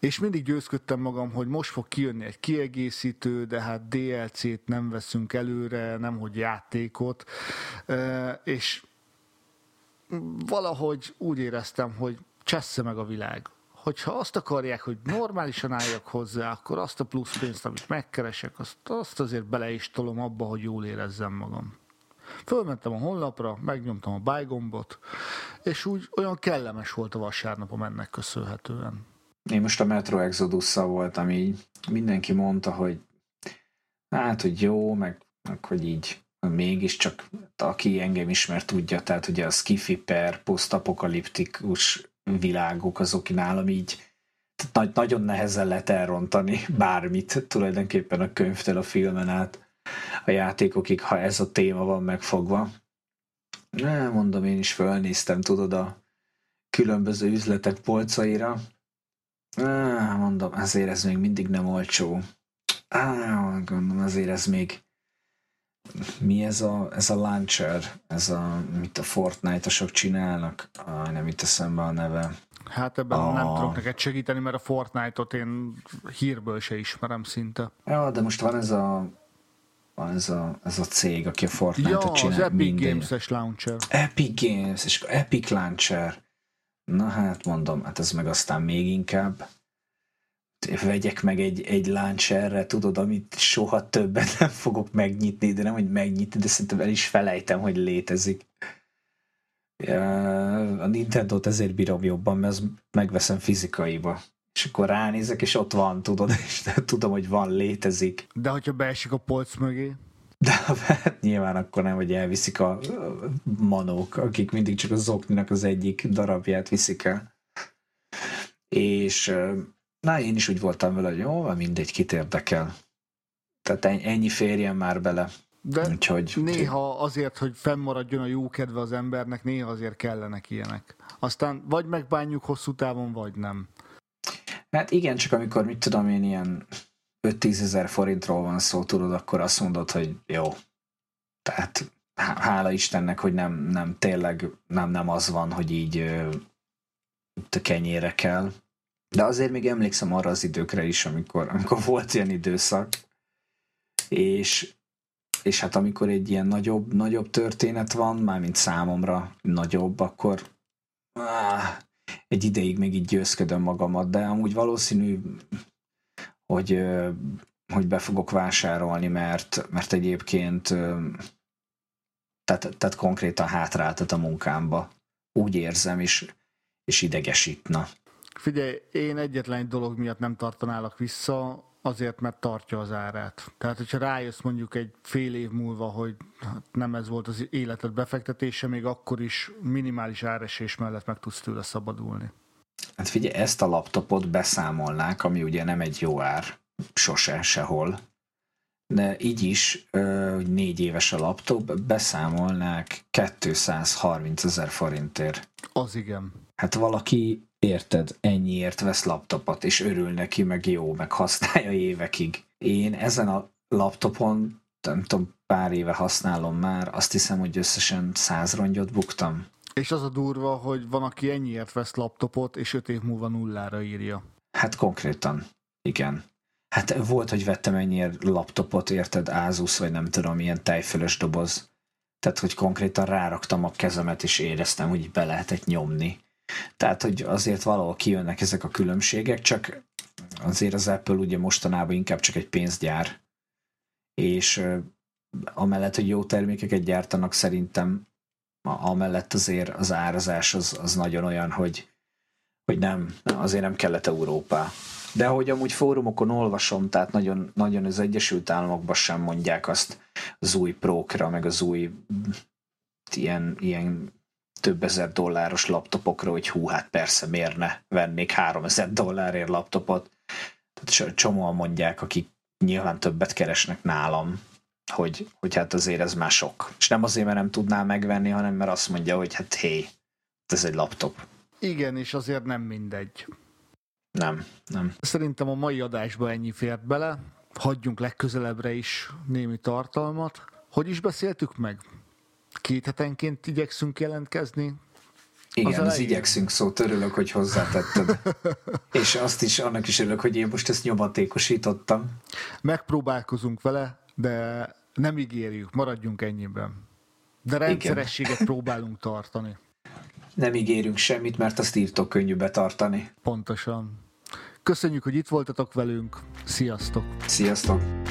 És mindig győzködtem magam, hogy most fog kijönni egy kiegészítő, de hát DLC-t nem veszünk előre, nemhogy játékot, és valahogy úgy éreztem, hogy csessze meg a világ. Hogyha azt akarják, hogy normálisan álljak hozzá, akkor azt a plusz pénzt, amit megkeresek, azt azért bele is tolom abba, hogy jól érezzem magam. Fölmentem a honlapra, megnyomtam a buy gombot, és úgy olyan kellemes volt a vasárnapom ennek köszönhetően. Én most a Metro Exodus-szal voltam, így mindenki mondta, hogy hát, hogy jó, meg hogy így mégiscsak aki engem ismer tudja, tehát ugye a skifi per posztapokaliptikus világok azok nálam így nagyon nehezen lehet elrontani bármit tulajdonképpen a könyvtől a filmen át a játékokig, ha ez a téma van megfogva. Mondom, én is fölnéztem, tudod, a különböző üzletek polcaira. Mondom, azért ez még mindig nem olcsó. Gondolom, azért ez még mi ez a launcher, mit a Fortnite-osok csinálnak? Nem jut eszembe a neve. Hát ebben nem tudok neked segíteni, mert a Fortnite-ot én hírből se ismerem szinte. Ja, de most van ez a cég, aki a Fortnite-ot csinál. Az Epic Games-es launcher. Epic Games, és Epic Launcher. Na hát mondom, hát ez meg aztán még inkább. Vegyek meg egy launcherre, tudod, amit soha többet nem fogok megnyitni, de nem, hogy megnyitni, de szerintem el is felejtem, hogy létezik. A Nintendo-t ezért bírom jobban, mert megveszem fizikaiba. És akkor ránézek, és ott van, tudod, és tudom, hogy van, létezik. De hogyha beesik a polc mögé? De hát nyilván akkor nem, hogy elviszik a manók, akik mindig csak a zokninak az egyik darabját viszik el. És én is úgy voltam vele, hogy jó, mindegy, kit érdekel. Tehát ennyi férjen már bele. De úgyhogy néha azért, hogy fennmaradjon a jó kedve az embernek, néha azért kellenek ilyenek. Aztán vagy megbánjuk hosszú távon, vagy nem. Hát igen, csak amikor, mit tudom én, ilyen 5-10 ezer forintról van szó, tudod, akkor azt mondod, hogy jó. Tehát hála Istennek, hogy nem tényleg nem az van, hogy így a kenyére kell. De azért még emlékszem arra az időkre is, amikor volt ilyen időszak, és hát amikor egy ilyen nagyobb történet van, mármint számomra nagyobb, akkor egy ideig még így győzködöm magamat, de amúgy valószínű, hogy be fogok vásárolni, mert egyébként tehát konkrétan hátráltat a munkámba. Úgy érzem, és idegesít, na. Figyelj, én egyetlen egy dolog miatt nem tartanálak vissza, azért, mert tartja az árát. Tehát, hogyha rájössz mondjuk egy fél év múlva, hogy nem ez volt az életed befektetése, még akkor is minimális áresés mellett meg tudsz tőle szabadulni. Hát figyelj, ezt a laptopot beszámolnák, ami ugye nem egy jó ár, sose, sehol, de így is, hogy 4 éves a laptop, beszámolnák 230 000 forintért. Az igen. Hát valaki, érted, ennyiért vesz laptopot, és örül neki, meg jó, meg használja évekig. Én ezen a laptopon, nem tudom, pár éve használom már, azt hiszem, hogy összesen 100 rongyot buktam. És az a durva, hogy van, aki ennyiért vesz laptopot, és 5 év múlva nullára írja. Hát konkrétan, igen. Hát volt, hogy vettem ennyiért laptopot, érted, Asus, vagy nem tudom, ilyen tejfölös doboz. Tehát, hogy konkrétan ráraktam a kezemet, és éreztem, hogy be lehetett nyomni. Tehát, hogy azért valahol kijönnek ezek a különbségek, csak azért az Apple ugye mostanában inkább csak egy pénzgyár, és amellett, hogy jó termékeket gyártanak, szerintem amellett azért az árazás az nagyon olyan, hogy nem, azért nem Kelet-Európá. De hogy amúgy fórumokon olvasom, tehát nagyon, nagyon az Egyesült Államokban sem mondják azt az új Pro-kra, meg az új ilyen több ezer dolláros laptopokra, hogy hát persze, miért ne vennék 3000 dollárért laptopot. Tehát csomóan mondják, akik nyilván többet keresnek nálam, hogy hát azért ez már sok. És nem azért, mert nem tudná megvenni, hanem mert azt mondja, hogy hát hé, ez egy laptop. Igen, és azért nem mindegy. Nem. Szerintem a mai adásban ennyi fért bele. Hagyjunk legközelebbre is némi tartalmat. Hogy is beszéltük meg? 2 hetenként igyekszünk jelentkezni. Igen, az igyekszünk szót, örülök, hogy hozzátetted. És annak is örülök, hogy én most ezt nyomatékosítottam. Megpróbálkozunk vele, de nem ígérjük, maradjunk ennyiben. De rendszerességet próbálunk tartani. Nem ígérünk semmit, mert azt írtok könnyű betartani. Pontosan. Köszönjük, hogy itt voltatok velünk. Sziasztok! Sziasztok!